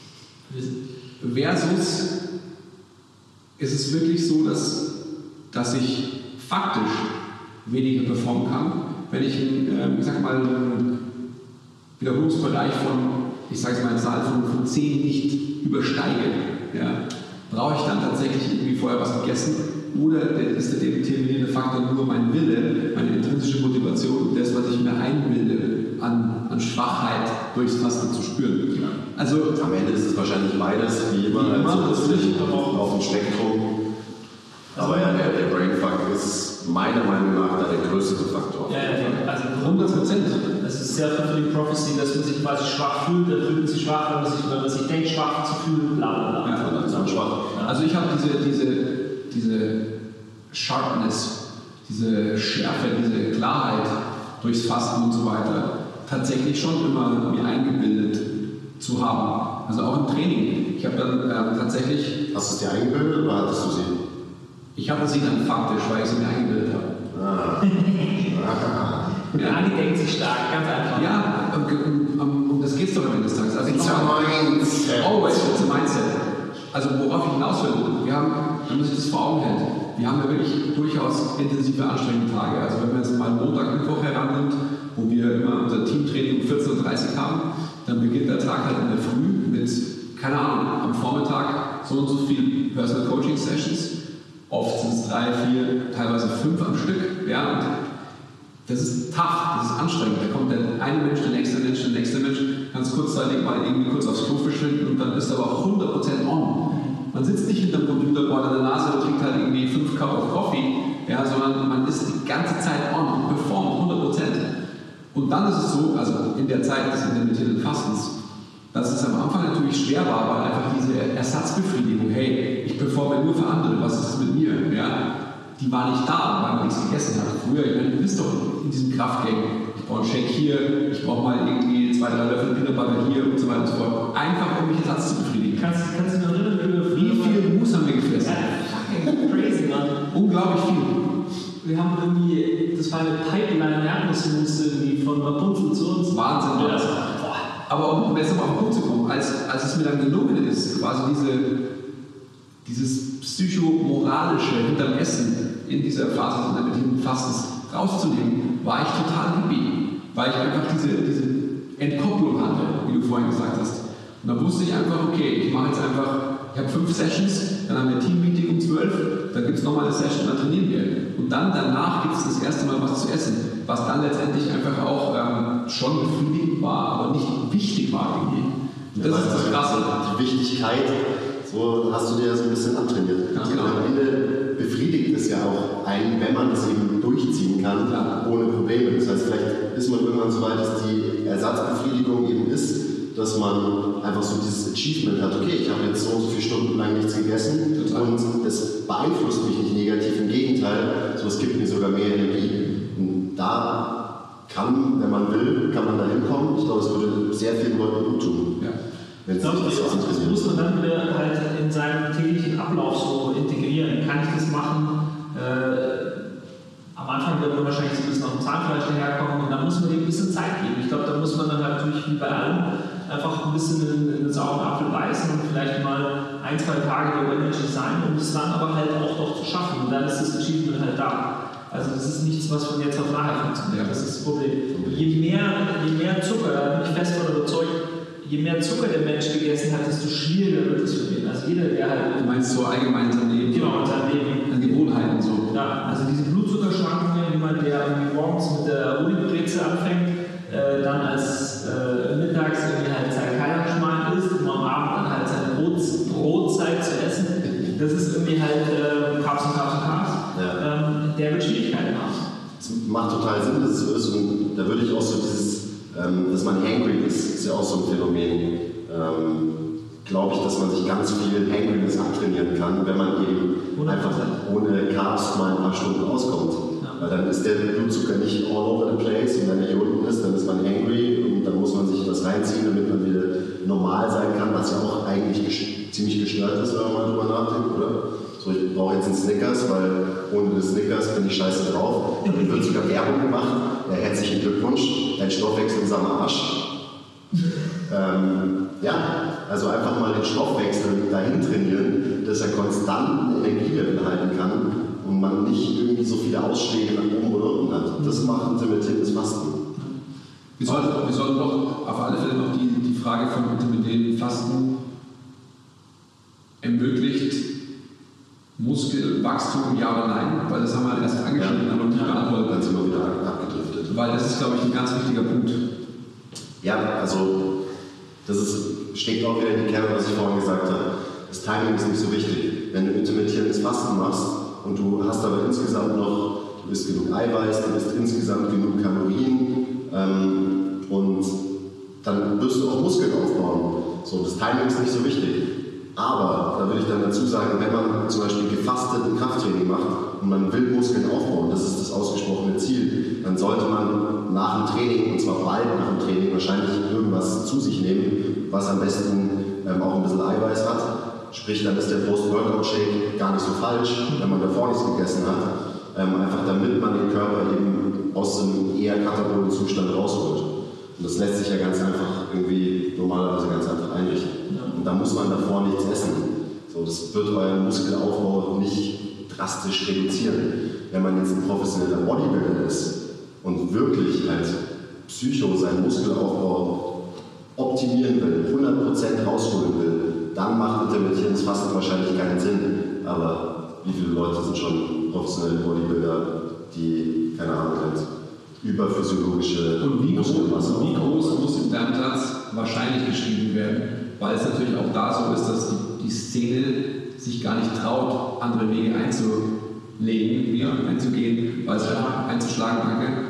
Versus ist es wirklich so, dass, dass ich faktisch weniger performen kann, wenn ich einen, ich sag mal, einen Wiederholungsbereich von, ich sage mal, eine Zahl von, von zehn nicht übersteige. Ja, brauche ich dann tatsächlich irgendwie vorher was gegessen oder ist der determinierende Faktor nur mein Wille, meine intrinsische Motivation, das, was ich mir einbilde, an, an Schwachheit durchs Fasten zu spüren. Ja. Also, am Ende ist es wahrscheinlich beides, wie immer, wie immer also natürlich auf, auf dem Spektrum. Aber ja, der, der Brainfuck ist meiner Meinung nach da der größte Faktor. Ja, ja, also hundert Prozent. Das ist sehr viel Prophecy, dass man sich quasi schwach fühlt, dann fühlt man sich schwach, wenn man sich, wenn man sich denkt, schwach zu fühlen, bla bla bla. Ja, dann ist man schwach. Also ich habe diese, diese, diese Sharpness, diese Schärfe, diese Klarheit durchs Fasten und so weiter tatsächlich schon immer mir eingebildet zu haben. Also auch im Training. Ich habe dann ähm, tatsächlich... Hast du es dir eingebildet oder hattest du sie? Ich hatte sie dann faktisch, weil ich sie mir eingebildet habe. Ah. Ja, Andi denkt sich stark, ganz einfach. Ja, um, um, um das geht es doch am Ende des Tages. Also it's a mindset. Always, it's a mindset. Also worauf ich hinaus will, wir haben, wenn man sich das vor Augen hält, wir haben ja wirklich durchaus intensive, anstrengende Tage. Also wenn man jetzt mal Montag, Mittwoch herannimmt, wo wir immer unser Teamtraining um vierzehn Uhr dreißig haben, dann beginnt der Tag halt in der Früh mit, keine Ahnung, am Vormittag so und so viel Personal Coaching Sessions. Oft sind es drei, vier, teilweise fünf am Stück. Ja, und das ist tough, das ist anstrengend. Da kommt der eine Mensch, der nächste Mensch, der nächste Mensch, ganz kurzzeitig mal irgendwie kurz aufs Klo verschwinden und dann ist er aber auch hundert Prozent on. Man sitzt nicht hinterm Computerboard an der Nase und trinkt halt irgendwie fünf Cup of Coffee, ja, sondern man ist die ganze Zeit on und performt hundert Prozent. Und dann ist es so, also in der Zeit des intermittierenden Fastens, dass es am Anfang natürlich schwer war, weil einfach diese Ersatzbefriedigung, hey, ich performe nur für andere, was ist es mit mir? Ja, die war nicht da, weil man nichts gegessen hat. Früher, ich meine, du bist doch in diesem Kraftgang. Ich brauche einen Shake hier, ich brauche mal irgendwie zwei, drei Löffel Peanut Butter hier und so weiter und so fort. Einfach, um mich Ersatz zu befriedigen. Kannst, kannst du noch erinnern, wie viel Mousse haben wir gefressen? Ja, crazy, Mann. Unglaublich viel. Wir haben irgendwie, das war eine Pipeline Erdnussmousse irgendwie von Rapunzel zu uns. Wahnsinn. Ja, aber um jetzt nochmal auf den Punkt zu kommen, als, als es mir dann gelungen ist, quasi diese, dieses psychomoralische hinterm Essen in dieser Phase des intermittierenden Fastens rauszunehmen, war ich total happy, weil ich einfach diese, diese Entkopplung hatte, wie du vorhin gesagt hast. Und dann wusste ich einfach, okay, ich mache jetzt einfach, ich habe fünf Sessions, dann haben wir ein Team-Meeting um zwölf, dann gibt es nochmal eine Session, dann trainieren wir. Und dann danach gibt es das erste Mal was zu essen, was dann letztendlich einfach auch ähm, schon befriedigend war, aber nicht wichtig war irgendwie. Und das ja, ist das Krasse. Die Wichtigkeit, so hast du dir so ein bisschen abtrainiert. Ganz genau. Am Ende befriedigt es ja auch einen, wenn man es eben durchziehen kann, ja. ohne Probleme. Das heißt, vielleicht ist man irgendwann so weit, dass die Ersatzbefriedigung eben ist, dass man einfach so dieses Achievement hat, okay, ich habe jetzt so und so viele Stunden lang nichts gegessen Total. Und es beeinflusst mich nicht negativ, im Gegenteil, so es gibt mir sogar mehr Energie. Und da kann, wenn man will, kann man da hinkommen. Ich glaube, es würde sehr vielen Leuten gut tun. Ja. Ich glaube, das, das muss man dann wieder halt in seinen täglichen Ablauf so integrieren. Kann ich das machen? Äh, am Anfang wird man wahrscheinlich so ein bisschen auf dem Zahnfleisch daherkommen und dann muss man dem ein bisschen Zeit geben. Ich glaube, da muss man dann halt natürlich wie bei allem einfach ein bisschen in, in den sauren Apfel beißen und vielleicht mal ein, zwei Tage der Energy sein, um es dann aber halt auch noch zu schaffen. Und dann ist das Achievement halt da. Also das ist nichts, was von jetzt auf nachher funktioniert. Das ist das Problem. Je mehr, je mehr Zucker, da bin ich fest von überzeugt, je mehr Zucker der Mensch gegessen hat, desto schwieriger wird es für ihn. Also jeder, der halt... Du meinst so allgemein in seinem Leben? Genau, in seinem Leben. An Gewohnheiten so. Ja, also diese Blutzuckerschwankungen, jemand, der irgendwie morgens mit der Olivenbrezel anfängt, äh, dann als äh, mittags irgendwie halt sein Kaiserschmarrn isst und am Abend dann halt seine Brot, Brotzeit zu essen, das ist irgendwie halt äh, Carbs und Carbs und Carbs. Ja. Ähm, der wird Schwierigkeiten haben. Das macht total Sinn, dass es so ist. Und da würde ich auch so dieses, ähm, dass man hangry ist, ist ja auch so ein Phänomen. Ähm, Glaube ich, dass man sich ganz viel Hangriness abtrainieren kann, wenn man eben einfach ohne Carbs mal ein paar Stunden auskommt. Ja. Weil dann ist der Blutzucker nicht all over the place und wenn er hier unten ist, dann ist man hangry und dann muss man sich was reinziehen, damit man wieder normal sein kann, was ja auch eigentlich ges- ziemlich gestört ist, wenn man mal drüber nachdenkt, oder? So, ich brauche jetzt einen Snickers, weil ohne den Snickers bin ich scheiße drauf. Und dann wird sogar Werbung gemacht. Ja, herzlichen Glückwunsch, dein Stoffwechsel ist am Arsch. ähm, ja, also einfach mal den Stoffwechsel dahin trainieren, dass er konstant ein Energielevel halten kann und man nicht irgendwie so viele Ausschläge nach oben oder unten hat. Das macht intermittierendes Fasten. Wir sollten, wir sollten doch auf alle Fälle noch die, die Frage vom intermittierenden Fasten ermöglicht Muskelwachstum, ja oder nein? Weil das haben wir erst angeschnitten, aber nicht beantwortet. Dann sind wir wieder abgedriftet. Weil das ist, glaube ich, ein ganz wichtiger Punkt. Ja, also das ist, steckt auch wieder in die Kerne, was ich vorhin gesagt habe. Das Timing ist nicht so wichtig. Wenn du intermittierendes Fasten machst und du hast aber insgesamt noch, du isst genug Eiweiß, du isst insgesamt genug Kalorien ähm, und dann wirst du auch Muskeln aufbauen. So, das Timing ist nicht so wichtig. Aber da würde ich dann dazu sagen, wenn man zum Beispiel gefastet ein Krafttraining macht und man will Muskeln aufbauen, das ist das ausgesprochene Ziel, dann sollte man nach dem Training, und zwar bald nach dem Training, wahrscheinlich irgendwas zu sich nehmen, was am besten ähm, auch ein bisschen Eiweiß hat. Sprich, dann ist der Post-Workout-Shake gar nicht so falsch, wenn man davor nichts gegessen hat. Ähm, einfach damit man den Körper eben aus einem eher katabolen Zustand rausholt. Und das lässt sich ja ganz einfach irgendwie normalerweise ganz einfach einrichten. Und da muss man davor nichts essen. So, das wird euren Muskelaufbau nicht drastisch reduzieren. Wenn man jetzt ein professioneller Bodybuilder ist und wirklich halt psycho seinen Muskelaufbau optimieren will, hundert Prozent rausholen will, dann macht intermittierendes Fasten wahrscheinlich keinen Sinn. Aber wie viele Leute sind schon professionelle Bodybuilder, die, keine Ahnung, halt überphysiologische und wie Muskelmasse groß, wie groß muss im Darmsatz wahrscheinlich geschrieben werden, weil es natürlich auch da so ist, dass die, die Szene sich gar nicht traut, andere Wege einzulegen, ja. einzugehen, weil es einfach einzuschlagen, danke,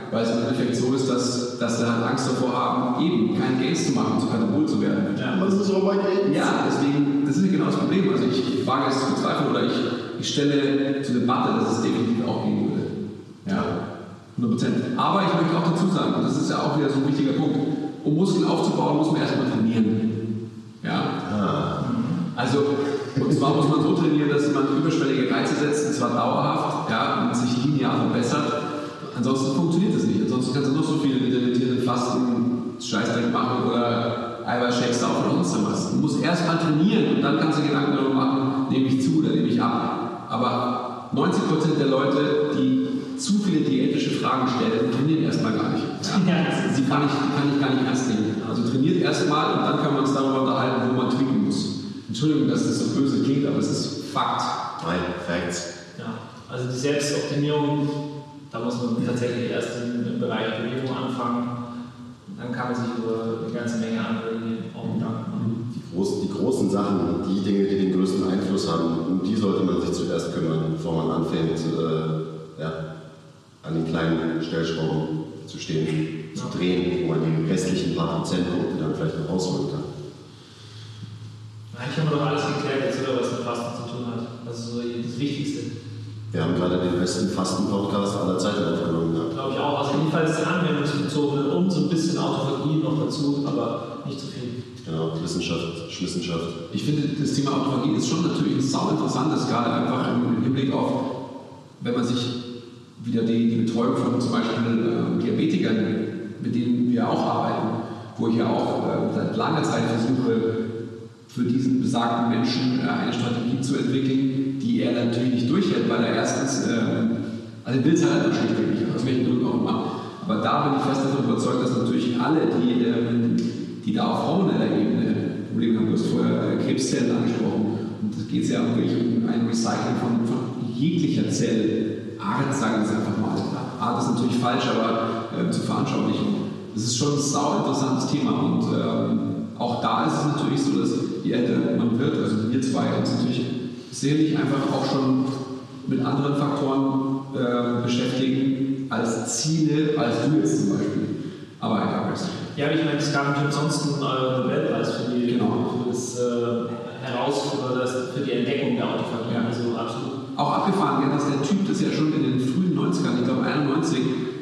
weil es im Endeffekt so ist, dass, dass sie halt Angst davor haben, eben keine Gains zu machen, zu Kategol zu werden. Ja. Was ist Robert Gains? Ja, deswegen, das ist ja genau das Problem. Also ich wage es zu bezweifeln oder ich, ich stelle zur Debatte, dass es definitiv auch gehen würde. Ja, hundert Prozent. Aber ich möchte auch dazu sagen, und das ist ja auch wieder so ein wichtiger Punkt, um Muskeln aufzubauen, muss man erstmal trainieren. Ja. Ah. Also, und zwar muss man so trainieren, dass man überschwellige Reize setzt, und zwar dauerhaft, ja, und sich linear verbessert. Ansonsten funktioniert das nicht. Ansonsten kannst du noch so viele intermittierende Fasten, Scheißdreck machen oder Eiweißshakes laufen und sonst was. Du musst erst mal trainieren und dann kannst du Gedanken darüber machen, nehme ich zu oder nehme ich ab. Aber neunzig Prozent der Leute, die zu viele diätische Fragen stellen, trainieren erstmal gar nicht. Ja? Ja, die, kann ich, die kann ich gar nicht ernst nehmen. Also trainiert erstmal und dann kann man uns darüber unterhalten, wo man tweaken muss. Entschuldigung, dass das so böse klingt, aber es ist Fakt. Nein, Facts. Ja, also die Selbstoptimierung, da muss man tatsächlich erst im, im Bereich Bewegung anfangen. Dann kann man sich über eine ganze Menge andere Dinge auch Gedanken machen. Die großen, die großen Sachen, die Dinge, die den größten Einfluss haben, um die sollte man sich zuerst kümmern, bevor man anfängt, äh, ja, an den kleinen Stellschrauben zu stehen, zu drehen, wo man die restlichen paar Prozentpunkte dann vielleicht noch rausholen kann. Eigentlich haben wir doch alles geklärt, jetzt, oder, was mit Fasten zu tun hat. Also so das Wichtigste. Wir haben gerade den besten Fasten-Podcast aller Zeiten aufgenommen. Ja. Glaube ich auch. Also jedenfalls die Anwendungsmethode und so ein bisschen Autophagie noch dazu, aber nicht zu viel. Genau, Wissenschaft, Schwissenschaft. Ich finde, das Thema Autophagie ist schon natürlich sau interessant, das gerade einfach im Hinblick auf, wenn man sich wieder die, die Betreuung von zum Beispiel äh, Diabetikern, mit denen wir auch arbeiten, wo ich ja auch äh, seit langer Zeit versuche, für diesen besagten Menschen äh, eine Strategie zu entwickeln, die er natürlich nicht durchhält, weil er erstens, äh, also will es halt einfach schlichtweg nicht, aus welchen Gründen auch immer. Aber da bin ich fest davon überzeugt, dass natürlich alle, die, ähm, die da auf hormoneller Ebene Probleme haben, du hast vorher äh, Krebszellen angesprochen, und da geht es ja wirklich um ein Recycling von, von jeglicher Zelle. Art, sagen wir es einfach mal. Art ist natürlich falsch, aber äh, zur Veranschaulichung. Das ist schon ein sau interessantes Thema und ähm, auch da ist es natürlich so, dass je älter man wird, also wir zwei uns natürlich sicherlich einfach auch schon mit anderen Faktoren äh, beschäftigen als Ziele, als du jetzt zum Beispiel. Aber einfach besser. Ja, ich meine, es gab nicht umsonst einen äh, Nobelpreis für die, genau. für das äh, Heraus oder das, für die Entdeckung der Autophagie. Ja. Also absolut. Auch abgefahren, ja, dass der Typ das ja schon in den frühen neunzigern, ich glaube einundneunzig,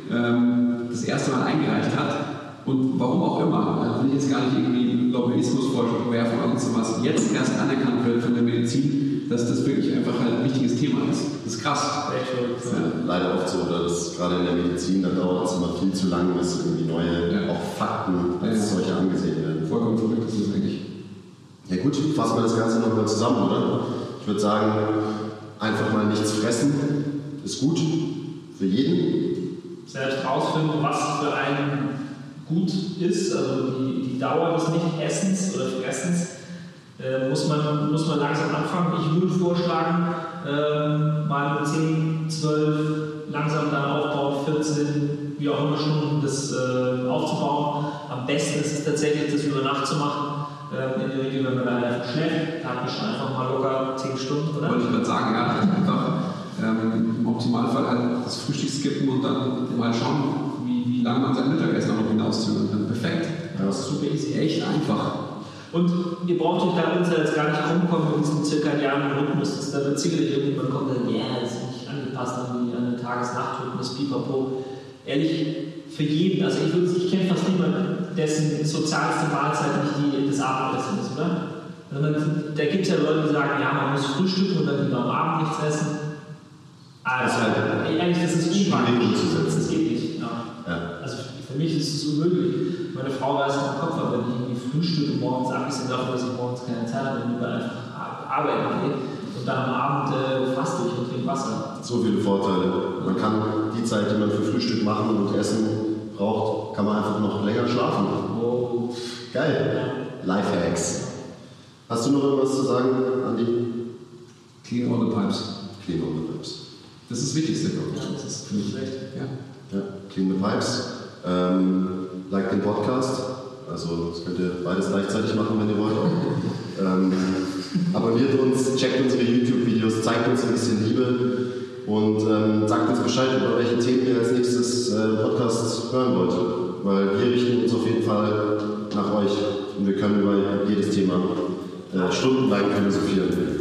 ähm, das erste Mal eingereicht hat. Und warum auch immer, also will ich jetzt gar nicht irgendwie Lobbyismus vorwerfen oder sowas, jetzt erst anerkannt wird von der Medizin, dass das wirklich einfach halt ein wichtiges Thema ist. Das ist krass. Das ist ja leider oft so, dass gerade in der Medizin, da dauert es immer viel zu lange, bis irgendwie neue ja. auch Fakten als ja. solche angesehen werden. Vollkommen verrückt ist das eigentlich. Ja gut, fassen wir das Ganze nochmal zusammen, oder? Ich würde sagen, einfach mal nichts fressen ist gut für jeden. Selbst rausfinden, was für einen gut ist, also die, die Dauer des Nicht-Essens oder Fressens, äh, muss, man, muss man langsam anfangen. Ich würde vorschlagen, äh, mal mit zehn, zwölf, langsam dann aufbauen, vierzehn, wie auch immer Stunden das äh, aufzubauen. Am besten ist es tatsächlich, das über Nacht zu machen. Äh, in der Regel, wenn man da einfach schläft, da hat man schon einfach mal locker zehn Stunden, oder? Wollte ich gerade sagen, ja, einfach ähm, im Optimalfall halt das Frühstück skippen und dann mal schauen, wie lange man sein Mittagessen auch noch hinauszögern kann. Perfekt. Ja, das ist super easy. Echt einfach. Und ihr braucht euch da uns jetzt gar nicht rumkommen mit diesem zirkadianen Rhythmus. Das, da wird sicherlich irgendjemand kommen, der sagt, ja, das ist nicht angepasst an den Tages-Nacht-Rhythmus, pipapo. Ehrlich, für jeden, also ich, ich kenne fast niemanden, dessen sozialste Mahlzeit nicht die, das Abendessen ist, oder? Also man, da gibt es ja Leute, die sagen, ja, man muss frühstücken und dann lieber am Abend nichts essen. Also, das halt ehrlich, das ist unmöglich. Das geht nicht. Ja. Ja. Also für mich ist es unmöglich. Meine Frau weiß im Kopf, aber wenn ich irgendwie frühstücke morgens, abgesehen davon, dass ich morgens keine Zeit habe, lieber einfach arbeiten gehe und dann am Abend äh, faste ich und trinke Wasser. So viele Vorteile. Man kann die Zeit, die man für Frühstück machen und Essen braucht, kann man einfach noch länger schlafen. Oh. Geil. Ja. Lifehacks. Hast du noch irgendwas zu sagen, Andi? Clean all the pipes. Clean all the pipes. Das ist das Wichtigste, glaube ich. Ja, das ist für mich recht. Ja. Ja, Clean the Pipes. Ähm, like den Podcast. Also, das könnt ihr beides gleichzeitig machen, wenn ihr wollt. ähm, abonniert uns, checkt unsere YouTube-Videos, zeigt uns ein bisschen Liebe. und ähm, sagt uns Bescheid, über welche Themen ihr als nächstes äh, Podcast hören wollt. Weil wir richten uns auf jeden Fall nach euch und wir können über jedes Thema äh, stundenlang philosophieren.